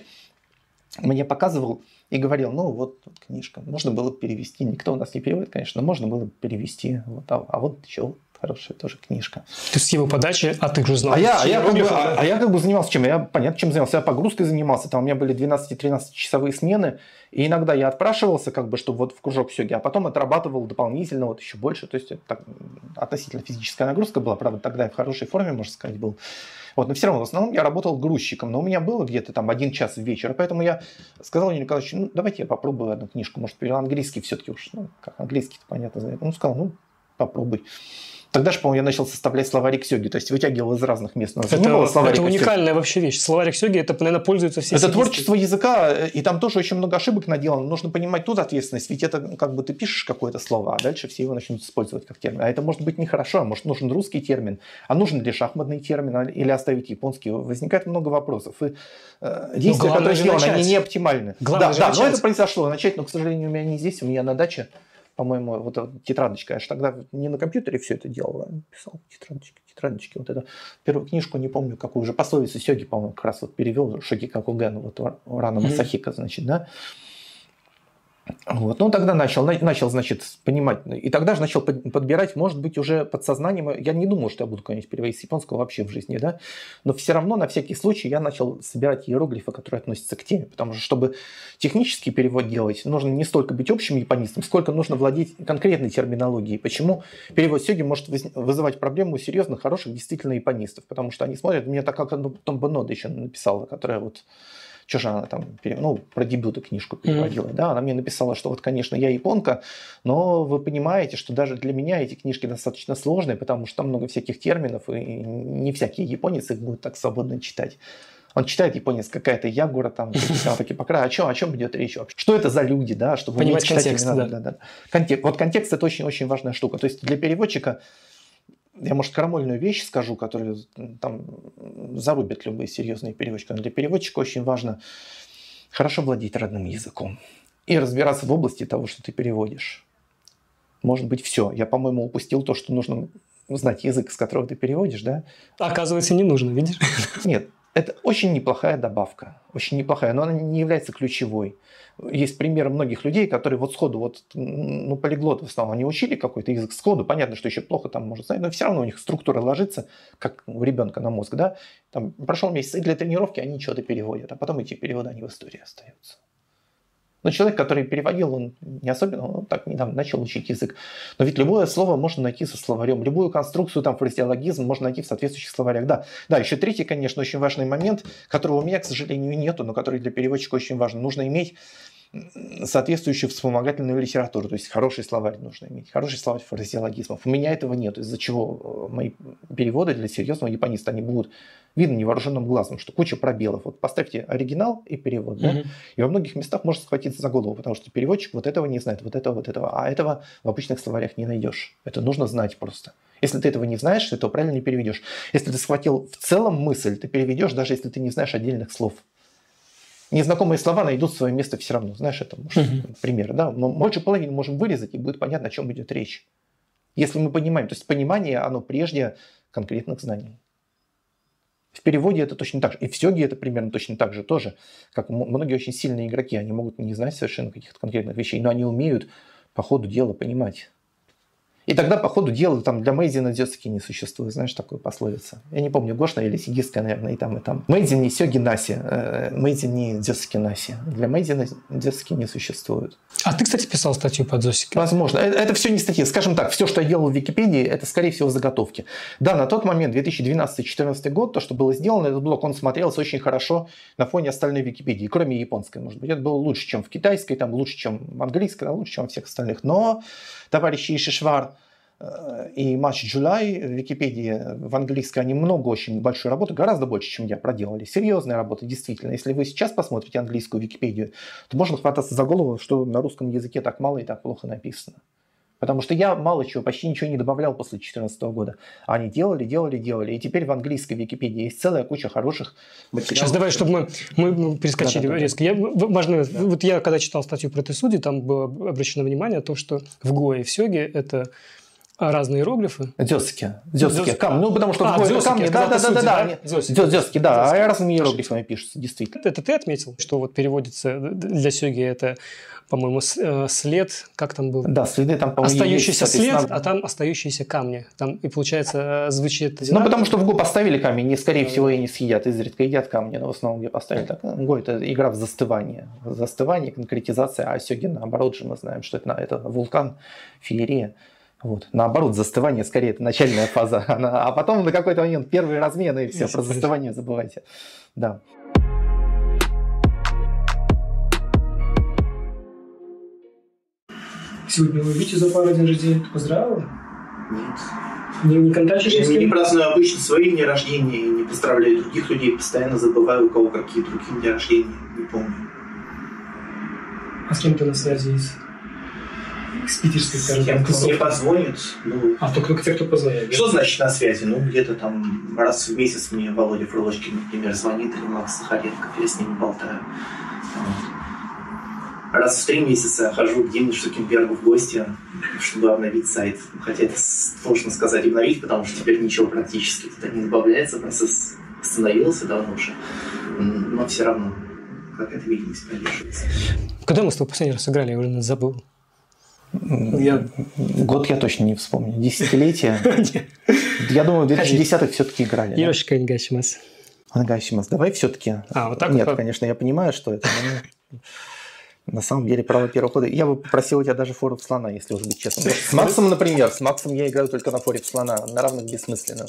Мне показывал и говорил, ну, вот, вот книжка. Можно было перевести. Никто у нас не переводит, конечно, но можно было перевести. Вот, а, а вот еще хорошая тоже книжка. То есть с его подачи, а ты уже знал. А я, а, я как бы, а, а я как бы занимался чем? Я понятно, чем занимался. Я погрузкой занимался. Там у меня были двенадцати-тринадцатичасовые смены. И иногда я отпрашивался, как бы, чтобы вот в кружок сёги, а потом отрабатывал дополнительно вот еще больше. То есть это так, относительно физическая нагрузка была. Правда, тогда я в хорошей форме, можно сказать, был. Вот, но все равно в основном я работал грузчиком. Но у меня было где-то там один час в вечер. Поэтому я сказал Юрию Николаевичу, ну, давайте я попробую одну книжку. Может, перевел английский все-таки уж. Ну, как английский-то понятно знает. Он сказал, ну, попробуй. Тогда же, по-моему, я начал составлять словарик сёги, то есть вытягивал из разных мест. Это, это уникальная сёги. Вообще вещь. Словарик сёги, это, наверное, пользуются все. Это сидисты. Творчество языка, и там тоже очень много ошибок наделано. Нужно понимать тут ответственность, ведь это как бы ты пишешь какое-то слово, а дальше все его начнут использовать как термин. А это может быть нехорошо, а может нужен русский термин, а нужен ли шахматный термин, или оставить японский. Возникает много вопросов. И э, действия, ну, которые сделаны, они не оптимальны. Да, да, но это произошло. Начать, но, к сожалению, у меня не здесь, у меня на даче. По-моему, вот эта тетрадочка. Я же тогда не на компьютере все это делал, а писал тетрадочки, тетрадочки. Вот эту первую книжку, не помню, какую уже, пословицу сёги, по-моему, как раз вот перевел, Шокикакуген, вот Рана Масахика, значит, да. Вот. Ну, тогда начал, начал, значит, понимать. И тогда же начал подбирать, может быть, уже подсознанием. Я не думал, что я буду когда-нибудь переводить с японского вообще в жизни, да. Но все равно, на всякий случай, я начал собирать иероглифы, которые относятся к теме. Потому что, чтобы технический перевод делать, нужно не столько быть общим японистом, сколько нужно владеть конкретной терминологией. Почему перевод сёги может вызывать проблему у серьезных, хороших, действительно японистов? Потому что они смотрят, мне так как Томбо Нода еще написала, которая вот... Что же она там, ну, про дебюты книжку переводила, mm-hmm. да, она мне написала, что вот, конечно, я японка, но вы понимаете, что даже для меня эти книжки достаточно сложные, потому что там много всяких терминов, и не всякий японец их будет так свободно читать. Он читает японец, какая-то ягура, там, такие покрая, о чем, о чем идет речь вообще? Что это за люди, да, чтобы понимать контекст, да. Да, да. Контекст. Вот контекст – это очень-очень важная штука. То есть для переводчика я, может, крамольную вещь скажу, которую там зарубят любые серьезные переводчики. Но для переводчика очень важно хорошо владеть родным языком и разбираться в области того, что ты переводишь. Может быть, все. Я, по-моему, упустил то, что нужно знать язык, с которого ты переводишь, да? Оказывается, не нужно, видишь? Нет. Это очень неплохая добавка, очень неплохая, но она не является ключевой. Есть примеры многих людей, которые вот сходу, вот, ну, полиглоты в основном, они учили какой-то язык сходу, понятно, что еще плохо там может знать, но все равно у них структура ложится, как у ребенка на мозг, да, там прошел месяц, и для тренировки они что-то переводят, а потом эти переводы, они в истории остаются. Но человек, который переводил, он не особенно, он так недавно начал учить язык. Но ведь любое слово можно найти со словарем, любую конструкцию, там, фразеологизм можно найти в соответствующих словарях. Да, да, еще третий, конечно, очень важный момент, которого у меня, к сожалению, нету, но который для переводчика очень важен. Нужно иметь соответствующую вспомогательную литературу, то есть хороший словарь нужно иметь, хороший словарь фразеологизмов. У меня этого нет, из-за чего мои переводы для серьезного япониста, они будут видно невооруженным глазом, что куча пробелов. Вот поставьте оригинал и перевод, да? Mm-hmm. И во многих местах можно схватиться за голову, потому что переводчик вот этого не знает, вот этого, вот этого, а этого в обычных словарях не найдешь. Это нужно знать просто. Если ты этого не знаешь, ты этого правильно не переведешь. Если ты схватил в целом мысль, ты переведешь, даже если ты не знаешь отдельных слов. Незнакомые слова найдут свое место все равно. Знаешь, это может, uh-huh. пример. Да? Мы больше половины можем вырезать, и будет понятно, о чем идет речь. Если мы понимаем. То есть понимание, оно прежде конкретных знаний. В переводе это точно так же. И в сёге это примерно точно так же тоже. Как многие очень сильные игроки, они могут не знать совершенно каких-то конкретных вещей, но они умеют по ходу дела понимать. И тогда по ходу дела там для Мэйдзина дзёцуки не существует. Знаешь, такую пословицу. Я не помню, гошна или сигистская, наверное, и там, и там. Мэйдзин не сёги наси, Мэйдзин не дзёцуки наси. Для Мэйдзина дзёцуки не существует. А ты, кстати, писал статью по дзёцуки? Возможно. Это, это все не статьи. Скажем так, все, что я делал в Википедии, это, скорее всего, заготовки. Да, на тот момент, две тысячи двенадцатый-четырнадцатый год, то, что было сделано, этот блок, он смотрелся очень хорошо на фоне остальной Википедии, кроме японской, может быть. Это было лучше, чем в китайской, там, лучше, чем в английской, лучше, чем во всех остальных. Но товарищи Ишишвар и Матч Джулай в Википедии в английской, они много очень большой работы, гораздо больше, чем я, проделали. Серьезная работа, действительно. Если вы сейчас посмотрите английскую Википедию, то можно хвататься за голову, что на русском языке так мало и так плохо написано. Потому что я мало чего, почти ничего не добавлял после две тысячи четырнадцатого года. Они делали, делали, делали. И теперь в английской Википедии есть целая куча хороших материалов. Сейчас давай, чтобы мы, мы перескочили да, да, резко. Я, важно, да. Вот я, когда читал статью про Тесуди, там было обращено внимание на то, что в Го и в Сёге это разные иероглифы. Дзёцуки. Дзёцуки. Кам. Ну, потому что а, в Го это камни. Да, да, да, да, да. Дзёцуки, да. А разными иероглифами пишутся, действительно. Это ты отметил, что вот переводится для Сёги это, по-моему, след, как там был? Да, следы там, по-моему, остающийся есть, след, а там остающиеся камни. Там, и получается, звучит... Ну, потому что в Го поставили камень, не, скорее всего, и не съедят. Изредка едят камни, но в основном где поставили. Так, Го – это игра в застывание. Застывание, конкретизация, а Сёги, наоборот же, мы знаем, что это, это вулкан, феерия. Вот. Наоборот, застывание скорее это начальная фаза, она, а потом на какой-то момент первые размены, и все, про застывание забывайте. Да. Сегодня вы видите за пару день рождения, ты поздравила? Нет. Не, не контактишь я с кем? не праздную обычно свои дни рождения и не поздравляю других людей, постоянно забываю, у кого какие другие дни рождения, не помню. А с кем ты на связи есть? С питерской, скажем, с кем кто мне позвонит. Ну, а только те, кто позвонит. Что значит на связи? Ну, где-то там раз в месяц мне Володя Фролочкин, например, звонит, или Макс Сахаренко, я с ними болтаю. Вот. Раз в три месяца хожу к Диме Штукенбергу в гости, чтобы обновить сайт. Хотя это сложно сказать обновить, потому что теперь ничего практически туда не добавляется, процесс остановился давно уже. Но все равно какая-то видимость поддерживается. Когда мы с тобой последний раз играли, я уже забыл. Я... Год я точно не вспомню. Десятилетие. Я думаю, в две тысячи десятых все-таки играли. Йошика Нгасимас. Нгасимас. Давай все-таки. А, вот так Нет, вот. Конечно, я понимаю, что это. На самом деле, право первого хода. Я бы попросил у тебя даже фору в слона, если уж быть честным. С Максом, например, с Максом я играю только на форе в слона. На равных бессмысленно.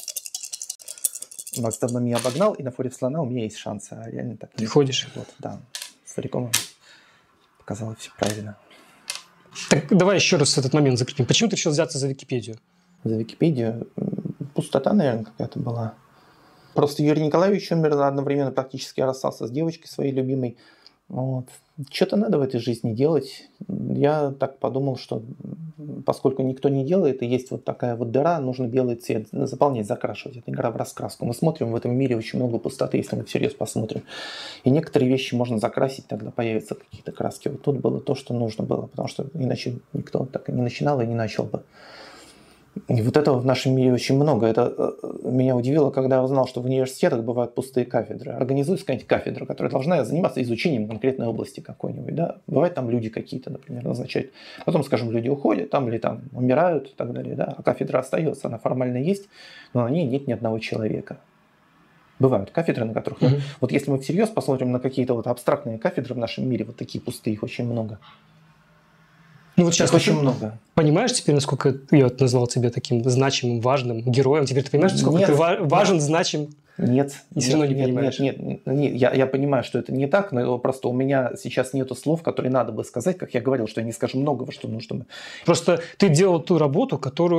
Макс давно меня обогнал, и на форе в слона у меня есть шансы. А реально так. Ты ходишь? Вот, да. С Фариком показалось все правильно. Так давай еще раз этот момент закрепим. Почему ты решил взяться за Википедию? За Википедию? Пустота, наверное, какая-то была. Просто Юрий Николаевич умер, одновременно практически я расстался с девочкой своей любимой. Вот. Что-то надо в этой жизни делать. Я так подумал, что поскольку никто не делает, и есть вот такая вот дыра, нужно белый цвет заполнять, закрашивать. Это игра в раскраску. Мы смотрим в этом мире очень много пустоты, если мы всерьез посмотрим. И некоторые вещи можно закрасить, тогда появятся какие-то краски. Вот тут было то, что нужно было, потому что иначе никто так и не начинал и не начал бы. И вот этого в нашем мире очень много. Это меня удивило, когда я узнал, что в университетах бывают пустые кафедры. Организуется какая-нибудь кафедра, которая должна заниматься изучением конкретной области какой-нибудь. Да? Бывают там люди какие-то, например, назначают. Потом, скажем, люди уходят там или там умирают и так далее. Да? А кафедра остается, она формально есть, но на ней нет ни одного человека. Бывают кафедры, на которых... Mm-hmm. Вот если мы всерьез посмотрим на какие-то вот абстрактные кафедры в нашем мире, вот такие пустые, их очень много. Ну вот сейчас очень много. Понимаешь теперь, насколько я вот назвал тебя таким значимым, важным героем? Теперь ты понимаешь, насколько нет, ты важен, нет. значим? Нет. И все равно не нет, понимаешь? Нет, нет, нет. Я, я понимаю, что это не так, но просто у меня сейчас нету слов, которые надо бы сказать, как я говорил, что я не скажу многого, что нужно. Просто ты делал ту работу, которую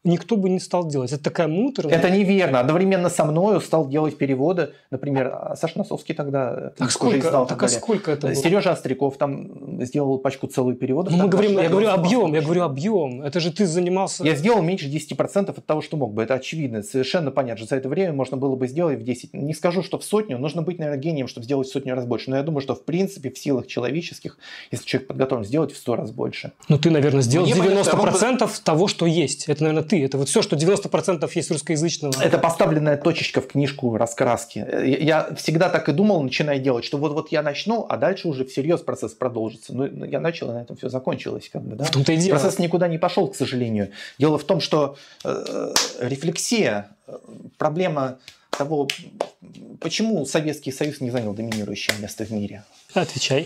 никто бы не стал делать. Это такая муторная. Это неверно. Одновременно со мною стал делать переводы. Например, Саша Носовский тогда так сколько, уже издал. Так а сколько это было? Сережа Остряков там сделал пачку целую переводов. Мы говорим, я говорю объем, я говорю объем. Это же ты занимался... Я сделал меньше десять процентов от того, что мог бы. Это очевидно. Совершенно понятно. За это время можно было бы сделать в десять. Не скажу, что в сотню. Нужно быть, наверное, гением, чтобы сделать в сотню раз больше. Но я думаю, что в принципе в силах человеческих, если человек подготовлен, сделать в сто раз больше. Ну ты, наверное, сделал Мне девяносто процентов понятно, того, что есть. Это, наверное, ты. Это вот все, что девяносто процентов есть русскоязычного. Это поставленная точечка в книжку раскраски. Я всегда так и думал, начиная делать, что вот-вот я начну, а дальше уже всерьез процесс продолжится. Ну, я начал, и на этом все закончилось. Как бы, да? В том-то и дело. Процесс никуда не пошел, к сожалению. Дело в том, что э, рефлексия, проблема того, почему Советский Союз не занял доминирующее место в мире. Отвечай.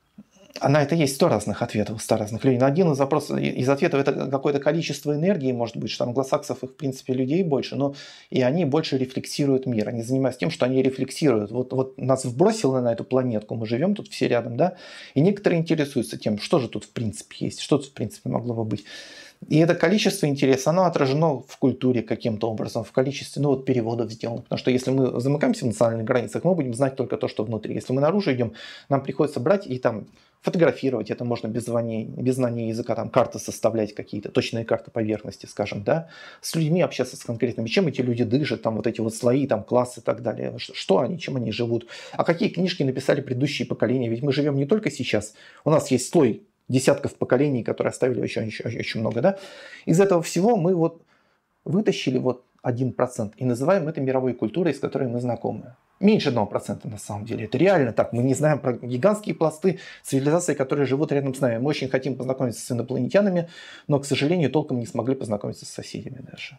А на это есть сто разных ответов у ста разных людей. Но один из вопросов, из ответов это какое-то количество энергии, может быть, что англосаксов их, в принципе, людей больше, но и они больше рефлексируют мир. Они занимаются тем, что они рефлексируют. Вот, вот нас вбросило на эту планетку, мы живем тут все рядом, да, и некоторые интересуются тем, что же тут в принципе есть, что тут в принципе могло бы быть. И это количество интереса, оно отражено в культуре каким-то образом, в количестве, ну вот, переводов сделано. Потому что если мы замыкаемся в национальных границах, мы будем знать только то, что внутри. Если мы наружу идем, нам приходится брать и там фотографировать, это можно без знания, без знания языка, там карты составлять какие-то, точные карты поверхности, скажем, да, с людьми общаться с конкретными, чем эти люди дышат, там вот эти вот слои, там классы и так далее, что они, чем они живут, а какие книжки написали предыдущие поколения, ведь мы живем не только сейчас, у нас есть слой десятков поколений, которые оставили очень, очень, очень много, да, из этого всего мы вот вытащили вот один процент и называем это мировой культурой, с которой мы знакомы. Меньше одного процента на самом деле. Это реально так. Мы не знаем про гигантские пласты цивилизации, которые живут рядом с нами. Мы очень хотим познакомиться с инопланетянами, но, к сожалению, толком не смогли познакомиться с соседями даже.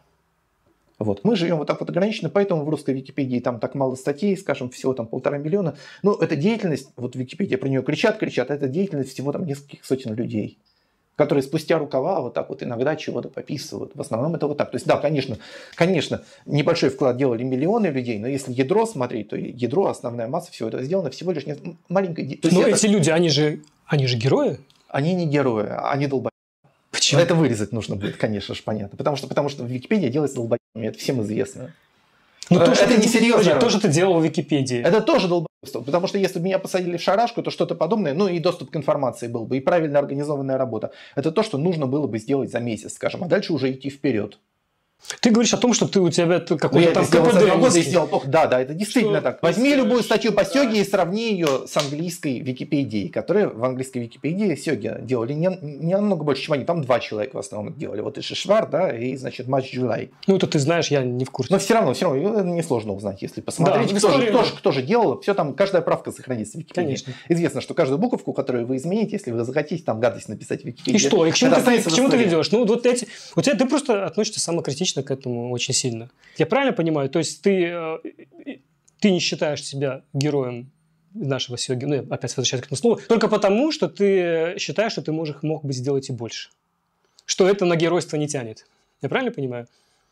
Вот. Мы живем вот так вот ограниченно, поэтому в русской Википедии там так мало статей, скажем, всего там полтора миллиона. Но эта деятельность, вот в Википедии про нее кричат, кричат, это деятельность всего там нескольких сотен людей, которые спустя рукава вот так вот иногда чего-то пописывают. В основном это вот так. То есть да, конечно, конечно, небольшой вклад делали миллионы людей, но если ядро смотреть, то ядро, основная масса всего этого сделано всего лишь маленькой... Но это... эти люди, они же, они же герои? Они не герои, они долбоебы. Почему? Это вырезать нужно будет, конечно же, понятно. Потому что, потому что в Википедии делается долбоебами, это всем известно. Ну, то, это не серьезно. То, что ты делал в Википедии. Это тоже долбоебство. Потому что если бы меня посадили в шарашку, то что-то подобное, ну и доступ к информации был бы, и правильно организованная работа. Это то, что нужно было бы сделать за месяц, скажем, а дальше уже идти вперед. Ты говоришь о том, что ты у тебя какой-то там КПД сделал плохо. Да, да, это действительно что? так. Возьми любую статью по Сёге и сравни ее с английской Википедией, которые в английской Википедии Сёге делали не, не намного больше, чем они. Там два человека в основном делали. Вот и Шишвар, да, и, значит, Матч Джулай. Ну, это ты знаешь, я не в курсе. Но все равно, все равно, несложно узнать, если посмотреть, да, кто, историю... же, кто, же, кто же делал. Все там, каждая правка сохранится в Википедии. Конечно. Известно, что каждую буковку, которую вы измените, если вы захотите там гадость написать в Википедии. И что? И к чему, ты, к чему ты истории. ведешь? Ну, вот эти... У тебя ты просто относишься самокритично к этому очень сильно. Я правильно понимаю? То есть ты, ты не считаешь себя героем нашего Сёги, ну, я опять возвращаюсь к этому слову, только потому, что ты считаешь, что ты можешь, мог бы сделать и больше. Что это на геройство не тянет. Я правильно понимаю?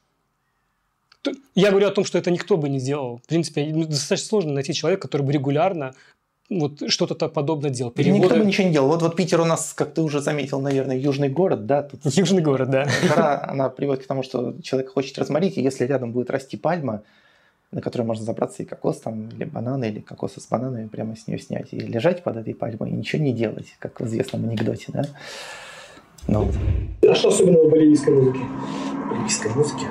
Я говорю о том, что это никто бы не сделал. В принципе, достаточно сложно найти человека, который бы регулярно вот что-то подобное делал. Переводы... Никто бы ничего не делал. Вот, вот Питер у нас, как ты уже заметил, наверное, южный город, да? Тут южный город, да. Жара, она приводит к тому, что человек хочет разморить, и если рядом будет расти пальма, на которой можно забраться и кокос, там, или бананы, или кокосы с бананами, прямо с нее снять, и лежать под этой пальмой, и ничего не делать, как в известном анекдоте, да? Ну, вот. А что особенного в боливийской музыке? В боливийской музыке?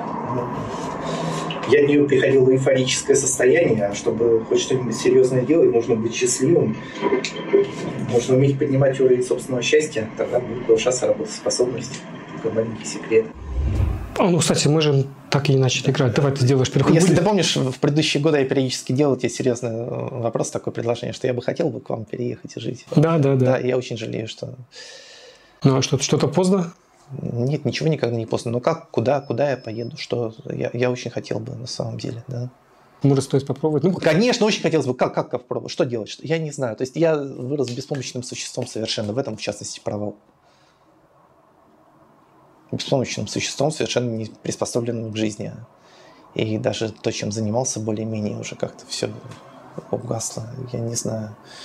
Я не приходил в эйфорическое состояние, а чтобы хоть что-нибудь серьезное делать, нужно быть счастливым. Нужно уметь поднимать уровень собственного счастья, тогда будет повышаться работоспособность. Такой маленький секрет. А, ну, кстати, мы же так и не начали играть. Давай ты сделаешь переход. Если ты помнишь, в предыдущие годы я периодически делал тебе серьезный вопрос, такое предложение, что я бы хотел бы к вам переехать и жить. Да, да, да. Да, я очень жалею, что... Ну, а что, что-то поздно? Нет, ничего никогда не поздно. Но как, куда, куда я поеду, что я, я очень хотел бы на самом деле, да. Может, стоит попробовать? Ну, конечно, очень хотелось бы. Как, как, как попробовать? Что делать? Что? Я не знаю. То есть я вырос беспомощным существом совершенно. В этом, в частности, провал. Беспомощным существом, совершенно не приспособленным к жизни. И даже то, чем занимался, более-менее уже как-то все угасло. Я не знаю.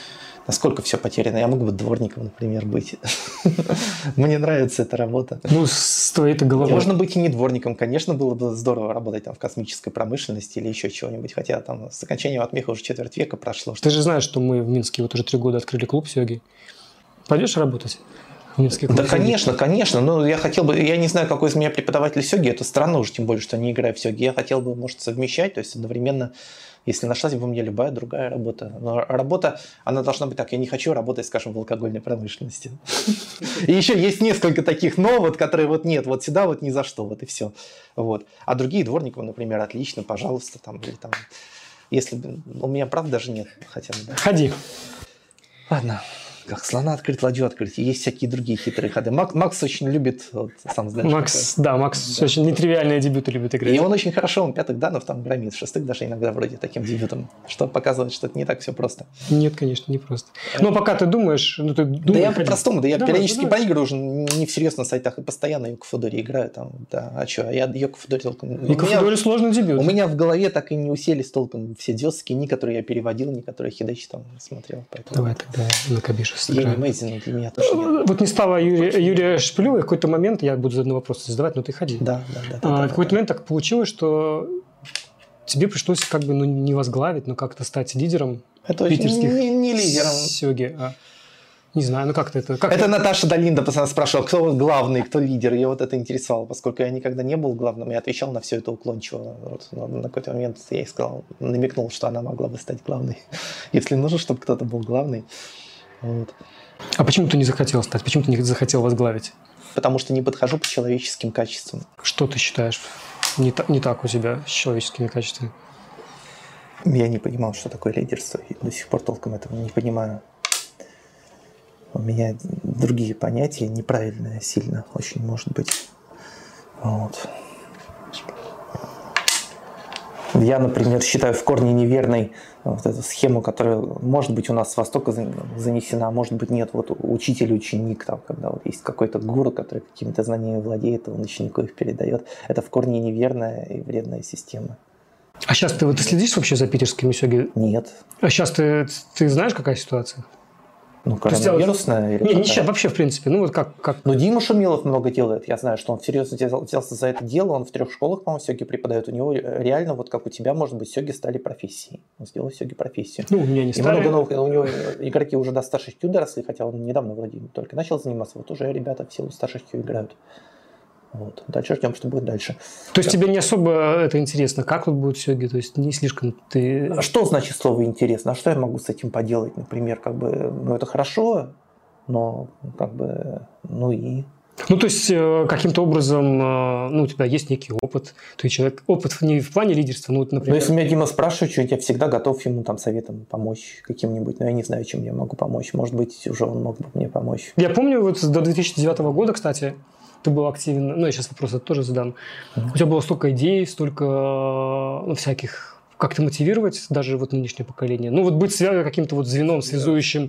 Насколько все потеряно. Я мог бы дворником, например, быть. Мне нравится эта работа. Ну, с твоей-то головой. Можно быть и не дворником. Конечно, было бы здорово работать там в космической промышленности или еще чего-нибудь. Хотя там с окончанием отмеха уже четверть века прошло. Ты же знаешь, что мы в Минске вот уже три года открыли клуб сёги. Пойдешь работать? В Минский клуб Да, сёги? конечно, конечно. Но я хотел бы... Я не знаю, какой из меня преподаватель сёги. Это странно уже, тем более, что не играю в сёги. Я хотел бы, может, совмещать. То есть одновременно... Если нашлась бы мне любая другая работа. Но работа, она должна быть так. Я не хочу работать, скажем, в алкогольной промышленности. И еще есть несколько таких «но», вот, которые вот нет, вот сюда вот ни за что, вот и все. Вот. А другие дворников, например, отлично, пожалуйста. Там, или, там, если бы... У меня, правда, даже нет. Хотя бы, да. Ходи. Ладно. Как слона открыть, ладью открыть. Есть всякие другие хитрые ходы. Макс, Макс очень любит... Вот, сам знаешь, Макс, какой. да, Макс Да. очень нетривиальные дебюты любит играть. И он очень хорошо, он пятых данов там громит, шестых даже иногда вроде таким дебютом, что показывает, что это не так все просто. Нет, конечно, не просто. Но пока ты думаешь... Ну, ты Да думаешь, я ходи. по-простому, да я Давай, периодически давай. поигрываю уже не всерьез на сайтах и постоянно Йоко Фудори играю там, да, а что, я Йоко Фудори толком... И у меня- Фудори сложный дебют. У меня в голове так и не уселись толком все дёски, ни которые я переводил, ни которые Хидечи там смотрел. Поэтому Давай тогда на Кабишу Евгений сыграем. Мейзин для меня тоже нет. Вот не стало Юрия, Юрия Шпилева, и в какой-то момент, я буду задавать вопросы задавать, но ты ходи. Да, да, да. да, А, да, в какой-то да. момент так получилось, что тебе пришлось как бы ну, не возглавить, но как-то стать лидером Это очень питерских не, не лидером. сёги. А, не знаю, ну как-то это... Как Это Наташа Долинда постоянно спрашивала, кто главный, кто лидер. Ее вот это интересовало, поскольку я никогда не был главным, я отвечал на все это уклончиво. Вот, но на какой-то момент я ей сказал, намекнул, что она могла бы стать главной, если нужно, чтобы кто-то был главный. Вот. А почему ты не захотел стать? Почему ты не захотел возглавить? Потому что не подхожу по человеческим качествам. Что ты считаешь не, та- не так у тебя с человеческими качествами? Я не понимал, что такое лидерство, и до сих пор толком этого не понимаю. У меня другие понятия, неправильные сильно очень может быть. Вот. Я, например, считаю в корне неверной вот эту схему, которая, может быть, у нас с Востока занесена, а может быть, нет. Вот учитель, ученик, там, когда вот есть какой-то гуру, который какими-то знаниями владеет, он ученику их передает. Это в корне неверная и вредная система. А сейчас ты, вот, ты следишь вообще за питерскими сёги? Нет. А сейчас ты, ты знаешь, какая ситуация? Ну, То есть, коронавирусная или Не, не, какая? щас, вообще, в принципе. Ну, вот как... как... Но Дима Шумилов много делает. Я знаю, что он серьезно взял- взялся за это дело. Он в трех школах, по-моему, сёги преподает. У него реально, вот как у тебя, может быть, сёги стали профессией. Он сделал сёги профессию. Ну, у меня не И стали. много новых, у него игроки уже до старших кью доросли, хотя он недавно вроде только начал заниматься. Вот уже ребята в силу старших кью играют. Вот. Дальше ждем, что будет дальше. То есть тебе не особо это интересно, как вот будут сёги? То есть не слишком ты... А что значит слово «интересно»? А что я могу с этим поделать? Например, как бы, ну, это хорошо, но как бы, ну и... Ну, то есть, э, каким-то образом, э, ну, у тебя есть некий опыт. Ты человек... Опыт не в плане лидерства, ну, вот, Но например... если меня Дима спрашивает что-нибудь, я всегда готов ему там советом помочь каким-нибудь, но я не знаю, чем я могу помочь. Может быть, уже он мог бы мне помочь. Я помню, вот до две тысячи девятого года, кстати, ты был активен, ну, я сейчас вопрос тоже задам. Mm-hmm. У тебя было столько идей, столько ну, всяких, как то мотивировать даже вот нынешнее поколение. Ну, вот быть связанным каким-то вот звеном, связующим.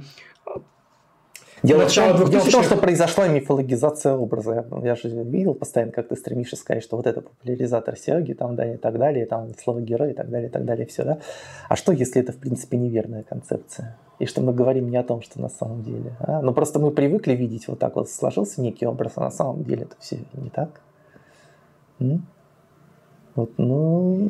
Дело, в Начало том, дело в том, двухтысячных. что произошла мифологизация образа. Я, я же видел постоянно, как ты стремишься сказать, что вот это популяризатор сёги, там, да, и так далее, там, слово герой, и так далее, и так далее, все, да. А что, если это, в принципе, неверная концепция? И что мы говорим не о том, что на самом деле. А? Ну, просто мы привыкли видеть вот так вот, сложился некий образ, а на самом деле это все не так. М? Вот, ну,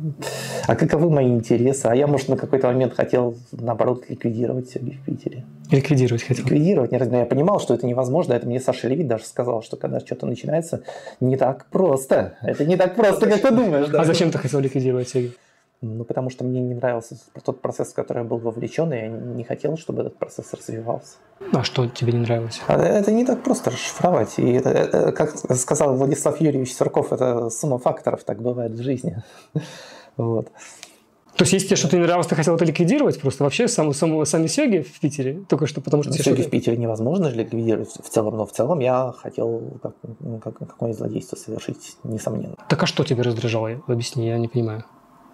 а каковы мои интересы? А я, может, на какой-то момент хотел, наоборот, ликвидировать сёги в Питере. Ликвидировать хотел. Ликвидировать, не раз, но я понимал, что это невозможно. Это мне Саша Левит даже сказал, что когда что-то начинается, не так просто. Это не так просто, как ты думаешь. Да? А зачем ты хотел ликвидировать сёги? Ну, потому что мне не нравился тот процесс, в который я был вовлечен, и я не хотел, чтобы этот процесс развивался. А что тебе не нравилось? А это не так просто расшифровать. И это, это, как сказал Владислав Юрьевич Сурков, это сумма факторов, так бывает в жизни. Вот. То есть, если тебе что-то не нравилось, ты хотел это ликвидировать просто? Вообще саму, саму, сами сёги в Питере? Только что потому, что... тебе Сёги что-то- в Питере невозможно же ликвидировать в целом, но в целом я хотел как, как, какое-нибудь злодейство совершить, несомненно. Так а что тебе раздражало? Объясни, я не понимаю.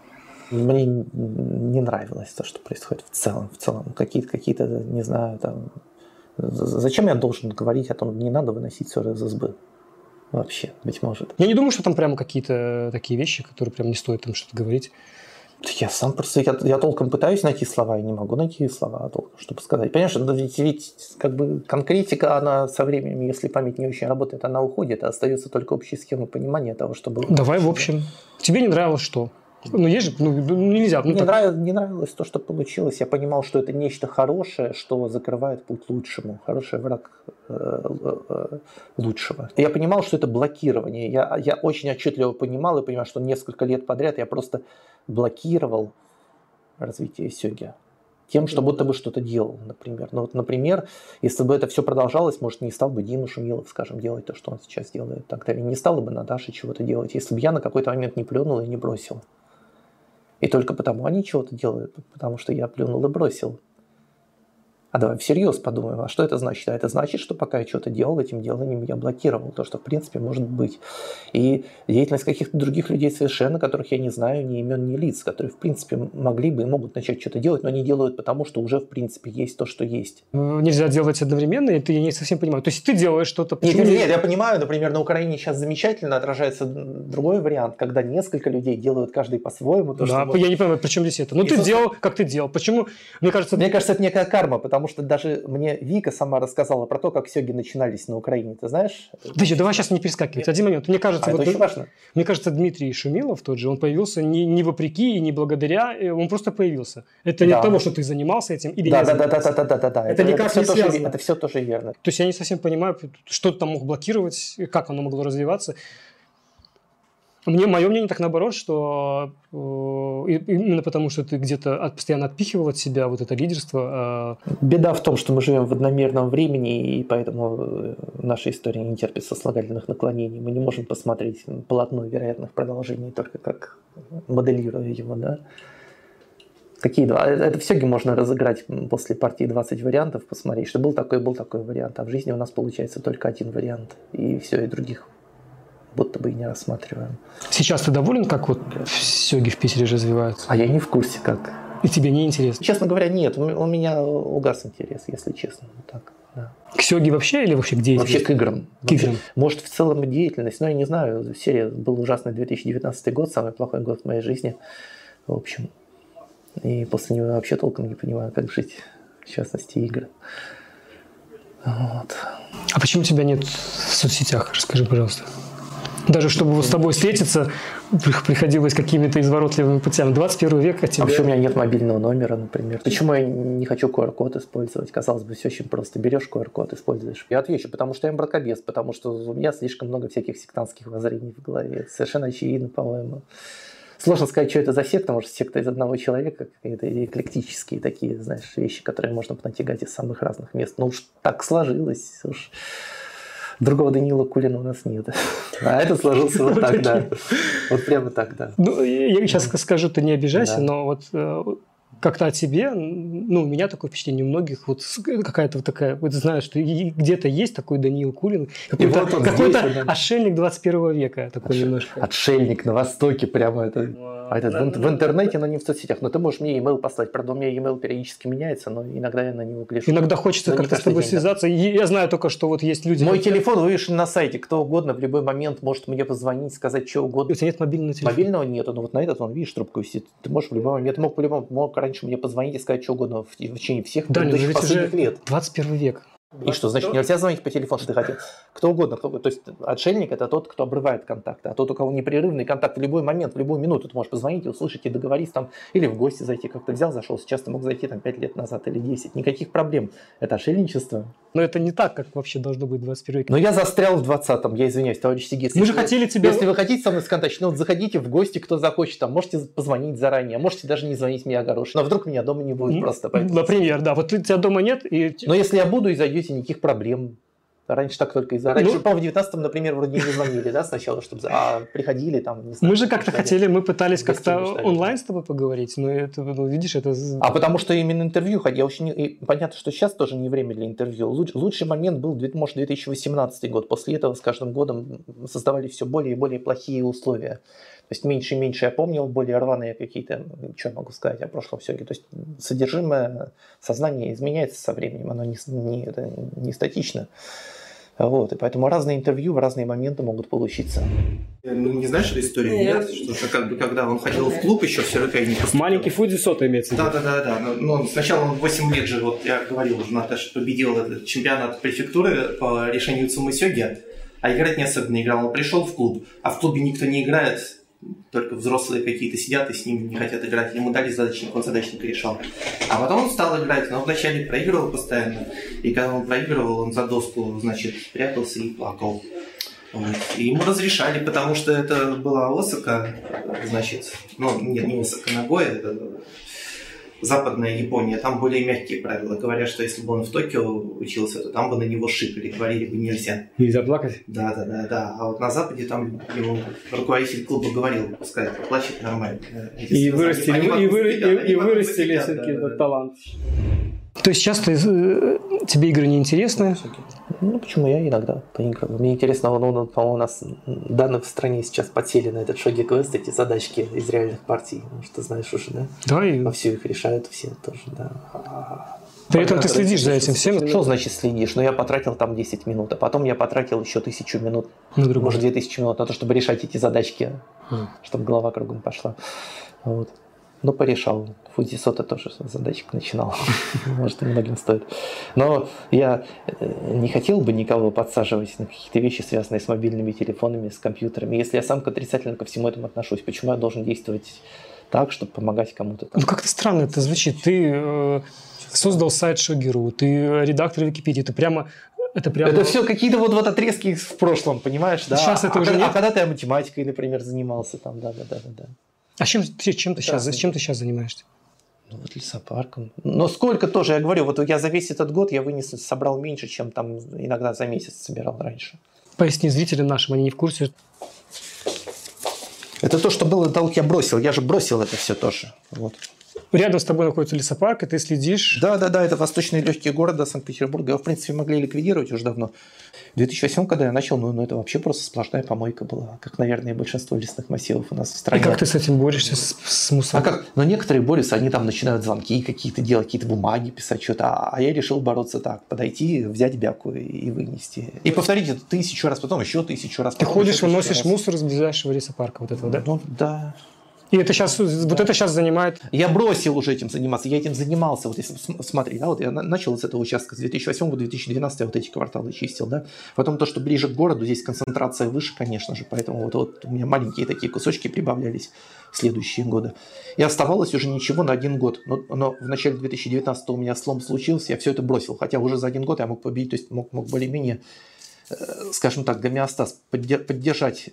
Мне не нравилось то, что происходит в целом. В целом какие-то, какие-то, не знаю, там... Зачем я должен говорить о том, не надо выносить ссоры из избы? Вообще, быть может. Я не думаю, что там прямо какие-то такие вещи, которые прям не стоит там что-то говорить. Я сам просто, я, я толком пытаюсь найти слова и не могу найти слова толком, чтобы сказать. Понимаешь, ведь, ведь как бы конкретика, она со временем, если память не очень работает, она уходит, а остается только общие схемы понимания того, что было. Давай, в общем. Тебе не нравилось что? Ну, есть же, ну, нельзя. Ну, мне так... нравилось, не нравилось то, что получилось. Я понимал, что это нечто хорошее, что закрывает путь лучшему. Хороший враг э, э, лучшего. Я понимал, что это блокирование. Я, я очень отчетливо понимал и понимал, что несколько лет подряд я просто блокировал развитие сёги тем, что будто бы что-то делал, например. Ну вот, например, если бы это все продолжалось, может, не стал бы Дима Шумилов, скажем, делать то, что он сейчас делает. Тогда не стало бы Наташа чего-то делать, если бы я на какой-то момент не плюнул и не бросил. И только потому они чего-то делают, потому что я плюнул и бросил. А давай всерьез подумаем, а что это значит? А это значит, что пока я что-то делал, этим деланием я блокировал то, что в принципе может быть. И деятельность каких-то других людей совершенно, которых я не знаю, ни имен, ни лиц, которые в принципе могли бы и могут начать что-то делать, но не делают потому, что уже в принципе есть то, что есть. Нельзя делать одновременно, и ты я не совсем понимаю. То есть ты делаешь что-то... Нет, нет, нет, я понимаю, например, на Украине сейчас замечательно отражается другой вариант, когда несколько людей делают каждый по-своему. То, да, что я может... не понимаю, при чем здесь это? Ну и ты собственно... делал, как ты делал. Почему? Мне кажется... Мне кажется, это некая карма, потому что даже мне Вика сама рассказала про то, как сёги начинались на Украине. Ты знаешь? Подожди, давай сейчас не перескакивать. Один момент. Мне кажется, а вот, это очень важно. Мне кажется, Дмитрий Шумилов тот же, он появился не, не вопреки и не благодаря, он просто появился. Это не да. от того, что ты занимался этим или да, не да, занимался. Да, да, да, да, да, да. Это, это никак это не тоже, связано. Это все тоже верно. То есть я не совсем понимаю, что ты там мог блокировать, как оно могло развиваться. Мне, мое мнение так наоборот, что э, именно потому, что ты где-то от, постоянно отпихивал от себя вот это лидерство. Э... Беда в том, что мы живем в одномерном времени, и поэтому наша история не терпит сослагательных наклонений. Мы не можем посмотреть полотно вероятных продолжений, только как моделируя его, да. Какие два? Это в сёге можно разыграть после партии двадцать вариантов, посмотреть, что был такой, был такой вариант, а в жизни у нас получается только один вариант, и все, и других будто бы и не рассматриваем. Сейчас ты доволен, как вот сёги в Питере развиваются? А я не в курсе, как. И тебе не интересно? Честно говоря, нет. У меня угас интерес, если честно. Так, да. К сёге вообще или вообще к деятельности? Вообще к играм. К играм. Вообще, может, в целом деятельность, но я не знаю. Серия был ужасный две тысячи девятнадцатый год, самый плохой год в моей жизни. В общем. И после него я вообще толком не понимаю, как жить. В частности, игры. Вот. А почему тебя нет в соцсетях? Расскажи, пожалуйста. Даже чтобы с тобой встретиться, приходилось какими-то изворотливыми путями. двадцать первый век, а тебе... А почему у меня нет мобильного номера, например? Почему я не хочу ку ар код использовать? Казалось бы, все очень просто. Берешь ку ар код, используешь. Я отвечу, потому что я мракобес, потому что у меня слишком много всяких сектантских воззрений в голове. Это совершенно очевидно, по-моему. Сложно сказать, что это за секта. Может, секта из одного человека, какие-то эклектические такие, знаешь, вещи, которые можно понатягать из самых разных мест. Но уж так сложилось, уж... Другого Даниила Кулина у нас нет. А это сложился вот так, да. Вот прямо так, да. Ну, я сейчас скажу, ты не обижайся, но вот как-то о тебе, ну, у меня такое впечатление, у многих вот какая-то вот такая, вот знаешь, что где-то есть такой Даниил Кулин, какой-то, вот какой-то здесь, отшельник двадцать первого века, такой Отш... немножко. Отшельник на Востоке прямо это... А это в, в интернете, но не в соцсетях. Но ты можешь мне e-mail послать. Правда, у меня e-mail периодически меняется, но иногда я на него гляжу. Иногда хочется как-то с тобой день, связаться. Да. Я знаю только, что вот есть люди... Мой которые... телефон вывешен на сайте. Кто угодно в любой момент может мне позвонить, сказать что угодно. У тебя нет мобильного телефона? Мобильного нету, но вот на этот он, видишь, трубку висит. Ты можешь в любой момент... Ты мог, в любом, мог раньше мне позвонить и сказать что угодно в, в течение всех да, предыдущих последних лет. двадцать первый век. И что, значит, нельзя звонить по телефону, что ты хотел? Кто угодно. Кто, то есть отшельник – это тот, кто обрывает контакты. А тот, у кого непрерывный контакт в любой момент, в любую минуту, ты можешь позвонить и услышать, и договориться там, или в гости зайти, как-то взял, зашел. Сейчас ты мог зайти там пять лет назад или десять. Никаких проблем. Это отшельничество. Но это не так, как вообще должно быть в двадцать первом веке. Но я застрял в двадцатом, я извиняюсь, товарищ Сигис. Мы же хотели тебя... Если вы хотите со мной сконтактировать, ну вот заходите в гости, кто захочет, там, можете позвонить заранее, можете даже не звонить мне огороши. Но вдруг меня дома не будет ну, просто. Поэтому... Например, да, вот у тебя дома нет. И... Но если я буду и зайдете, никаких проблем. Раньше так только из-за... Раньше, ну, по-моему, в девятнадцатом, например, вроде не звонили, да, сначала, чтобы... А приходили там, не знаю... Мы же как-то хотели, мы пытались как-то онлайн с тобой поговорить, но это, ну, видишь, это... А потому что именно интервью ходил. Я очень... И понятно, что сейчас тоже не время для интервью. Луч... Лучший момент был, может, две тысячи восемнадцатый год. После этого с каждым годом создавались все более и более плохие условия. То есть меньше и меньше я помнил, более рваные какие-то, что я могу сказать о прошлом сёге. То есть содержимое сознания изменяется со временем, оно не, не, это не статично. Вот, и поэтому разные интервью в разные моменты могут получиться. Ну, не знаешь эту историю? Нет. Нет? Что как бы, когда он ходил в клуб еще, все равно не поступил. Маленький Фудзи-Сота имеется в виду. Да, да, да, да. Но, но сначала он восемь лет же, вот я говорил уже, Наташа, победил этот чемпионат префектуры по решению Цумы Сёги, а играть не особенно играл. Он пришел в клуб, а в клубе никто не играет, только взрослые какие-то сидят и с ними не хотят играть. Ему дали задачник, он задачник решал. А потом он стал играть, но вначале проигрывал постоянно. И когда он проигрывал, он за доску, значит, прятался и плакал. Вот. И ему разрешали, потому что это была Осака, значит, ну, нет, не Осака, Нагоя, это западная Япония, там более мягкие правила. Говорят, что если бы он в Токио учился, то там бы на него шикали, говорили бы нельзя. Нельзя плакать? Да, да, да, да. А вот на Западе там ему руководитель клуба говорил, пускай плачет нормально. И вырастили, они, они и, вы, и, и вырастили все-таки да, да, талант. То есть часто э, тебе игры не интересны? Ну, почему я иногда поигрываю. Мне интересно, ну, по-моему, у нас данные в стране сейчас подсели на этот шоги квест, эти задачки из реальных партий. Ну, что знаешь уже, да? Да. И... Во все их решают все тоже, да. При этом ты следишь за этим всем? Что значит следишь? Ну, я потратил там десять минут, а потом я потратил еще тысячу минут, ну, может, две тысячи минут на то, чтобы решать эти задачки, mm. чтобы голова кругом пошла. Вот. Ну, порешал. Фудзи-Сота тоже задачек начинал. Может, многим стоит. Но я не хотел бы никого подсаживать на какие-то вещи, связанные с мобильными телефонами, с компьютерами. Если я сам отрицательно ко всему этому отношусь, почему я должен действовать так, чтобы помогать кому-то? Ну, как-то странно это звучит. Ты э, создал сайт Шогеру, ты редактор Википедии, ты прямо... Это, прямо... это все какие-то вот, вот отрезки в прошлом, понимаешь? Да? Сейчас это а, уже а, нет? А когда ты математикой, например, занимался там, да-да-да. А чем, чем, ты, сейчас, чем ты сейчас занимаешься? Ну, вот лесопарком. Но сколько тоже, я говорю, вот я за весь этот год я вынес, собрал меньше, чем там иногда за месяц собирал раньше. Поясни зрителям нашим, они не в курсе. Это то, что было, долг я бросил. Я же бросил это все тоже. Вот. Рядом с тобой находится лесопарк, и ты следишь... Да-да-да, это восточные легкие города Санкт-Петербурга. Его, в принципе, могли ликвидировать уже давно. В две тысячи восьмом, когда я начал, ну, ну это вообще просто сплошная помойка была, как, наверное, и большинство лесных массивов у нас в стране. И как ты с этим борешься, с, с мусором? А как? Ну, некоторые борются, они там начинают звонки какие-то делать, какие-то бумаги писать, что-то. А, а я решил бороться так, подойти, взять бяку и, и вынести. И повторить это тысячу раз, потом еще тысячу раз. Ты ходишь, выносишь мусор из ближайшего лесопарка вот этого, да? Ну, да. И это сейчас, да. вот это сейчас занимает... Я бросил уже этим заниматься, я этим занимался. Вот если смотри, да, вот я начал с этого участка с две тысячи восьмого по две тысячи двенадцатый я вот эти кварталы чистил, да. Потом то, что ближе к городу, здесь концентрация выше, конечно же, поэтому вот, вот у меня маленькие такие кусочки прибавлялись в следующие годы. И оставалось уже ничего на один год. Но, но в начале две тысячи девятнадцатого у меня слом случился, я все это бросил. Хотя уже за один год я мог победить, то есть мог, мог более-менее, скажем так, гомеостаз поддержать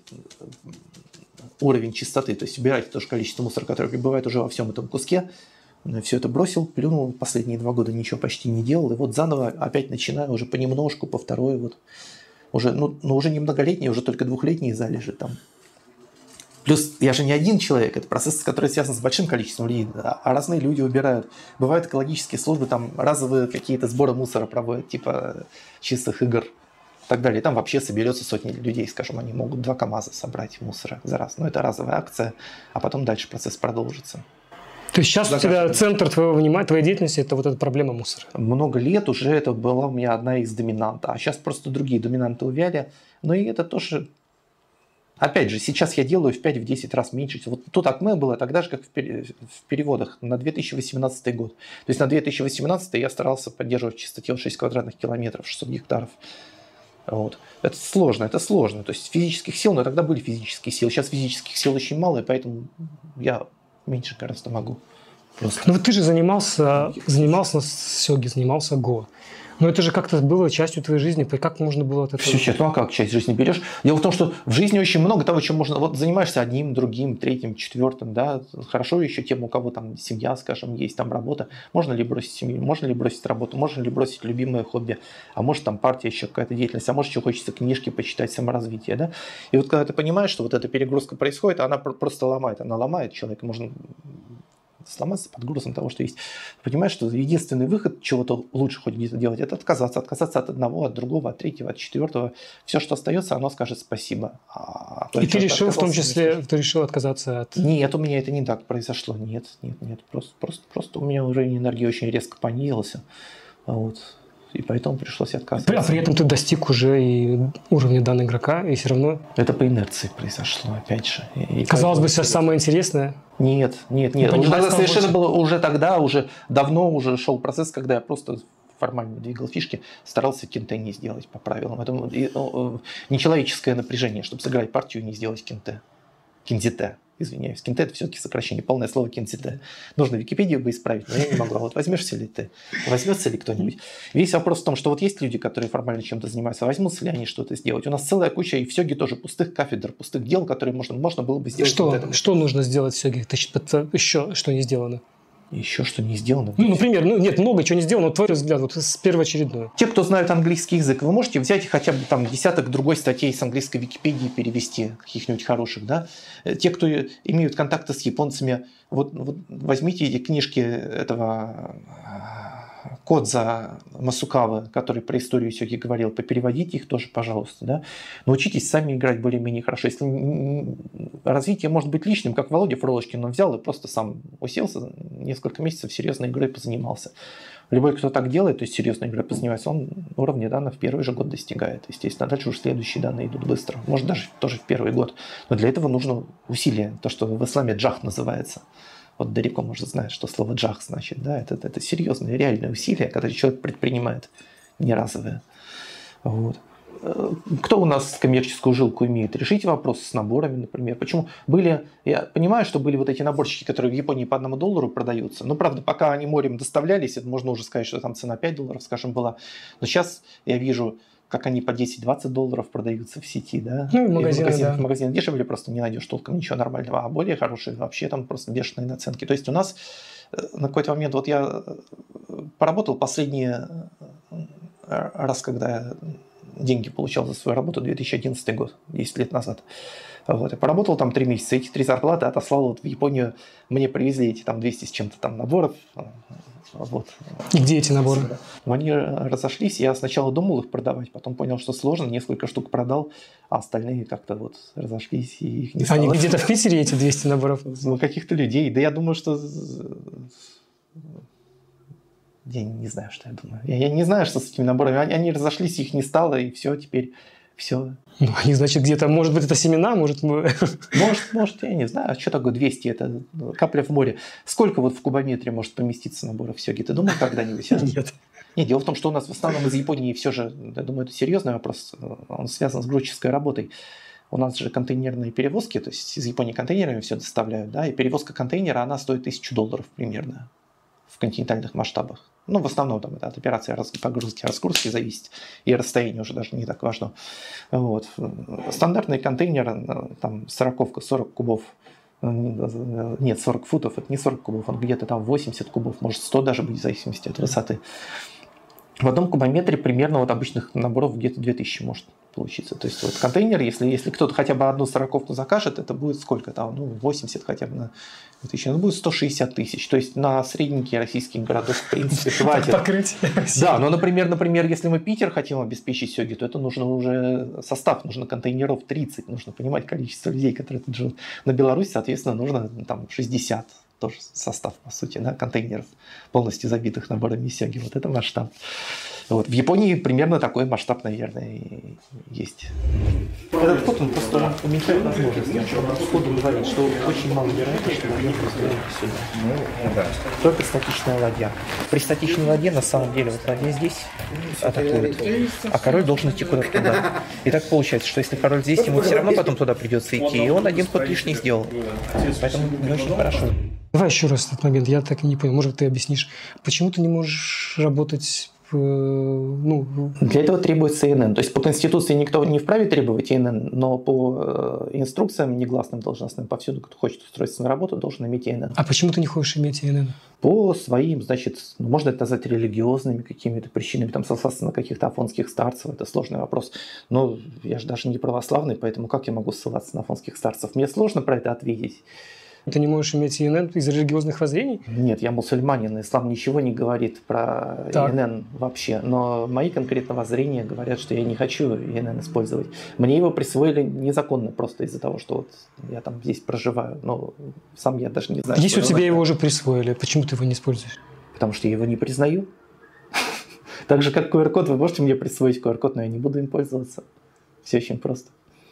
уровень чистоты, то есть убирать то же количество мусора, которое пребывает уже во всем этом куске. Все это бросил, плюнул, последние два года ничего почти не делал, и вот заново опять начинаю уже понемножку, по второй, вот уже, ну, ну уже не многолетние, уже только двухлетние залежи там. Плюс я же не один человек, это процесс, который связан с большим количеством людей, а разные люди убирают. Бывают экологические службы, там разовые какие-то сборы мусора проводят, типа чистых игр. И так далее. И там вообще соберется сотни людей, скажем, они могут два КАМАЗа собрать мусора за раз. Но это разовая акция, а потом дальше процесс продолжится. То есть сейчас у тебя центр твоего внимания, твоей деятельности – это вот эта проблема мусора? Много лет уже это была у меня одна из доминантов, а сейчас просто другие доминанты увяли. Но и это тоже… Опять же, сейчас я делаю в пять-десять раз меньше. Вот тут АКМЭ было тогда же, как в переводах, на две тысячи восемнадцатый год. То есть на две тысячи восемнадцатый я старался поддерживать в чистоте шесть квадратных километров, шестьсот гектаров. Вот. Это сложно, это сложно. То есть физических сил, но тогда были физические силы. Сейчас физических сил очень мало, и поэтому я меньше гораздо могу. Просто. Ну вот ты же занимался, занимался сёги, занимался го. Но это же как-то было частью твоей жизни. Как можно было от этого... Все, сейчас, ну а как часть жизни берешь? Дело в том, что в жизни очень много того, чем можно... Вот занимаешься одним, другим, третьим, четвертым, да. Хорошо еще тем, у кого там семья, скажем, есть, там работа. Можно ли бросить семью? Можно ли бросить работу? Можно ли бросить любимое хобби? А может там партия, еще какая-то деятельность? А может еще хочется книжки почитать, саморазвитие, да? И вот когда ты понимаешь, что вот эта перегрузка происходит, она просто ломает. Она ломает человека. Можно... сломаться под грузом того, что есть. Понимаешь, что единственный выход чего-то лучше хоть где-то делать, это отказаться. Отказаться от одного, от другого, от третьего, от четвертого. Все, что остается, оно скажет спасибо. А и ты решил в том числе, ты решил отказаться от... Нет, у меня это не так произошло. Нет, нет, нет. Просто, просто, просто у меня уровень энергии очень резко понизился. Вот. И поэтому пришлось отказываться. А при этом ты достиг уже и уровня данного игрока, и все равно... Это по инерции произошло, опять же. И Казалось бы, сейчас самое интересное. Нет, нет, нет. Уже тогда совершенно было, уже тогда, уже давно уже шел процесс, когда я просто формально двигал фишки, старался кенте не сделать по правилам. Это нечеловеческое напряжение, чтобы сыграть партию и не сделать кенте. Кензите. Извиняюсь, кенте – это все-таки сокращение, полное слово кензите. Нужно Википедию бы исправить, но я не могу. А вот возьмешься ли ты? Возьмется ли кто-нибудь? Весь вопрос в том, что вот есть люди, которые формально чем-то занимаются, возьмутся ли они что-то сделать? У нас целая куча, и в Сёге тоже пустых кафедр, пустых дел, которые можно, можно было бы сделать. Что, вот что нужно сделать в Сёге? Еще что не сделано? Еще что не сделано. Ну, например, ну, нет, много чего не сделано, но твой взгляд, вот с первоочередного. Те, кто знают английский язык, вы можете взять хотя бы там десяток другой статей с английской Википедии перевести, каких-нибудь хороших, да? Те, кто имеют контакты с японцами, вот, вот возьмите эти книжки этого Кодза Масукавы, который про историю Сёги говорил, попереводите их тоже, пожалуйста, да? Научитесь сами играть более-менее хорошо. Если развитие может быть личным, как Володя Фролочкин, он взял и просто сам уселся, несколько месяцев серьезной игрой позанимался. Любой, кто так делает, то есть серьезной игрой позанимается, он уровня дана в первый же год достигает. Естественно, дальше уже следующие данные идут быстро. Может, даже тоже в первый год. Но для этого нужно усилие, то, что в исламе джах называется. Вот Дарико, может, знает, что слово «джах» значит. Да? Это, это серьезные, реальные усилия, которые человек предпринимает, не разовые. Вот. Кто у нас коммерческую жилку имеет? Решите вопрос с наборами, например. Почему были, я понимаю, что были вот эти наборчики, которые в Японии по одному доллару продаются. Но, правда, пока они морем доставлялись, это можно уже сказать, что там цена пять долларов, скажем, была. Но сейчас я вижу, как они по десять-двадцать долларов продаются в сети, да? Ну, в магазинах, магазин, да. В магазинах дешевле просто не найдешь толком ничего нормального, а более хорошие вообще там просто бешеные наценки. То есть у нас на какой-то момент, вот я поработал последний раз, когда я деньги получал за свою работу, две тысячи одиннадцатый год, десять лет назад. Вот. Я поработал там три месяца, эти три зарплаты отослал вот в Японию, мне привезли эти там двести с чем-то там наборов. Вот. И где эти наборы? Они разошлись, я сначала думал их продавать, потом понял, что сложно, несколько штук продал, а остальные как-то вот разошлись, и их не стало. Они где-то в Питере, эти двести наборов? Ну, каких-то людей. Да я думаю, что... Я не знаю, что я думаю. Я, я не знаю, что с этими наборами. Они, они разошлись, их не стало, и все, теперь все. Ну, они, значит, где-то, может быть, это семена, может... Может, может, я не знаю. А что такое двести? Это капля в море. Сколько вот в кубометре может поместиться наборов Сёги? Ты думал когда-нибудь? Нет. Нет, дело в том, что у нас в основном из Японии все же, я думаю, это серьезный вопрос, он связан с грузческой работой. У нас же контейнерные перевозки, то есть из Японии контейнерами все доставляют, да, и перевозка контейнера, она стоит тысячу долларов примерно в континентальных масштабах. Ну, в основном там это от операции погрузки, разгрузки зависит, и расстояние уже даже не так важно. Вот. Стандартный контейнер, там, сороковка, сорок кубов, нет, сорок футов, это не сорок кубов, он где-то там восемьдесят кубов, может сто даже быть, в зависимости от высоты. В одном кубометре примерно вот обычных наборов где-то две тысячи может получиться. То есть вот контейнер, если, если кто-то хотя бы одну сороковку закажет, это будет сколько там, ну, восемьдесят хотя бы на тысячу, ну, будет сто шестьдесят тысяч. То есть на средненькие российские города в принципе хватит. Покрыть. Да, но, например, например, если мы Питер хотим обеспечить Сёги, то это нужно уже состав, нужно контейнеров тридцать, нужно понимать количество людей, которые тут живут. На Беларусь, соответственно, нужно там шестьдесят. Тоже состав, по сути, да, контейнеров, полностью забитых наборами Сёги. Вот это масштаб. Вот. В Японии примерно такой масштаб, наверное, есть. Этот код, он просто уменьшает возможности. Он сходу говорит, что очень мало вероятно, что ладья просто сюда. Ну, да. Только статичная ладья. При статичной ладье, на самом деле, вот ладья здесь атакует, а король должен идти куда-то туда. И так получается, что если король здесь, ему все равно потом туда придется идти, и он один ход лишний сделал. Поэтому не очень хорошо. Давай еще раз этот момент, я так и не понял. Может, ты объяснишь, почему ты не можешь работать в, ну... Для этого требуется ИНН. То есть по Конституции никто не вправе требовать ИНН, но по инструкциям негласным должностным повсюду, кто хочет устроиться на работу, должен иметь ИНН. А почему ты не хочешь иметь ИНН? По своим, значит, ну, можно это назвать религиозными какими-то причинами, там, ссылаться на каких-то афонских старцев, это сложный вопрос. Но я же даже не православный, поэтому как я могу ссылаться на афонских старцев? Мне сложно про это ответить. Ты не можешь иметь ИНН из религиозных воззрений? Нет, я мусульманин, ислам ничего не говорит про так. ИНН вообще. Но мои конкретно воззрения говорят, что я не хочу ИНН использовать. Мне его присвоили незаконно, просто из-за того, что вот я там здесь проживаю. Но сам я даже не знаю. Если у тебя его уже присвоили, почему ты его не используешь? Потому что я его не признаю. Так же, как ку ар код, вы можете мне присвоить ку ар код, но я не буду им пользоваться. Все очень просто.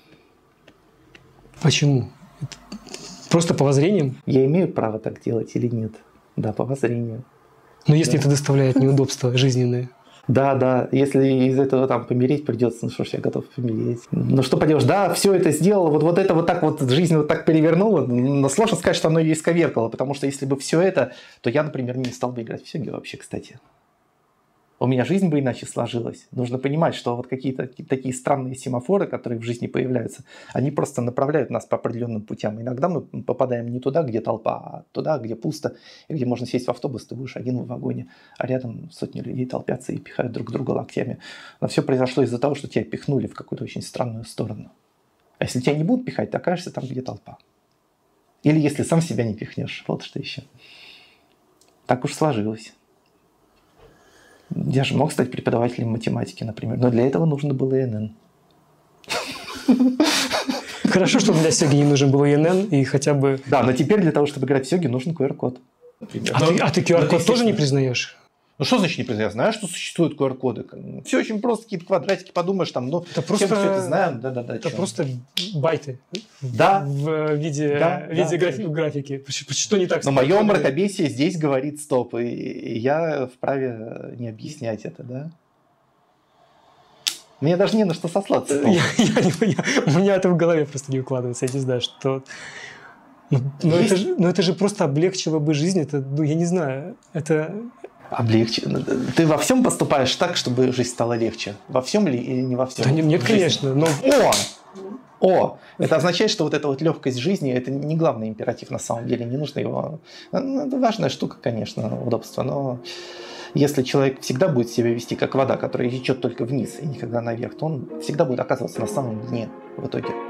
Почему? Просто по воззрениям? Я имею право так делать или нет? Да, по воззрению. Но если да. это доставляет неудобства жизненные. Да, да, если из этого там помереть придется, ну что ж, я готов помереть. Ну что поделаешь, да, все это сделало, вот, вот это вот так вот жизнь вот так перевернула, но сложно сказать, что оно ее исковеркало, потому что если бы все это, то я, например, не стал бы играть в сёги вообще, кстати. У меня жизнь бы иначе сложилась. Нужно понимать, что вот какие-то такие странные семафоры, которые в жизни появляются, они просто направляют нас по определенным путям. Иногда мы попадаем не туда, где толпа, а туда, где пусто, и где можно сесть в автобус, ты будешь один в вагоне, а рядом сотни людей толпятся и пихают друг друга локтями. Но все произошло из-за того, что тебя пихнули в какую-то очень странную сторону. А если тебя не будут пихать, ты окажешься там, где толпа. Или если сам себя не пихнешь. Вот что еще. Так уж сложилось. Я же мог стать преподавателем математики, например, но для этого нужно было эн эн. Хорошо, что для сёги не нужен был эн эн и хотя бы... Да, но теперь для того, чтобы играть в сёги, нужен ку ар код. А, но, ты, а ты ку ар код тоже не признаешь? Ну что значит не признаешь? Знаешь, что существуют ку ар коды? Все очень просто, какие-то квадратики, подумаешь, там, ну, это просто, все это знаем. Да, да, да, это что? просто байты да. в виде, да, в виде да, графи- да. графики. Что не так? Но мое мракобесие здесь говорит стоп, и я вправе не объяснять это, да? Мне даже не на что сослаться. Я, я не понимаю. У меня это в голове просто не укладывается. Я не знаю, что... Но, но, это, же, но это же просто облегчило бы жизнь. Это, ну, я не знаю. Это... Облегчи. Ты во всем поступаешь так, чтобы жизнь стала легче? Во всем ли или не во всем? Да нет, нет конечно. Но... О! О! Это означает, что вот эта вот легкость жизни, это не главный императив на самом деле. Не нужно его... Ну, это важная штука, конечно, удобство, но... Если человек всегда будет себя вести как вода, которая течет только вниз и никогда наверх, то он всегда будет оказываться на самом дне в итоге.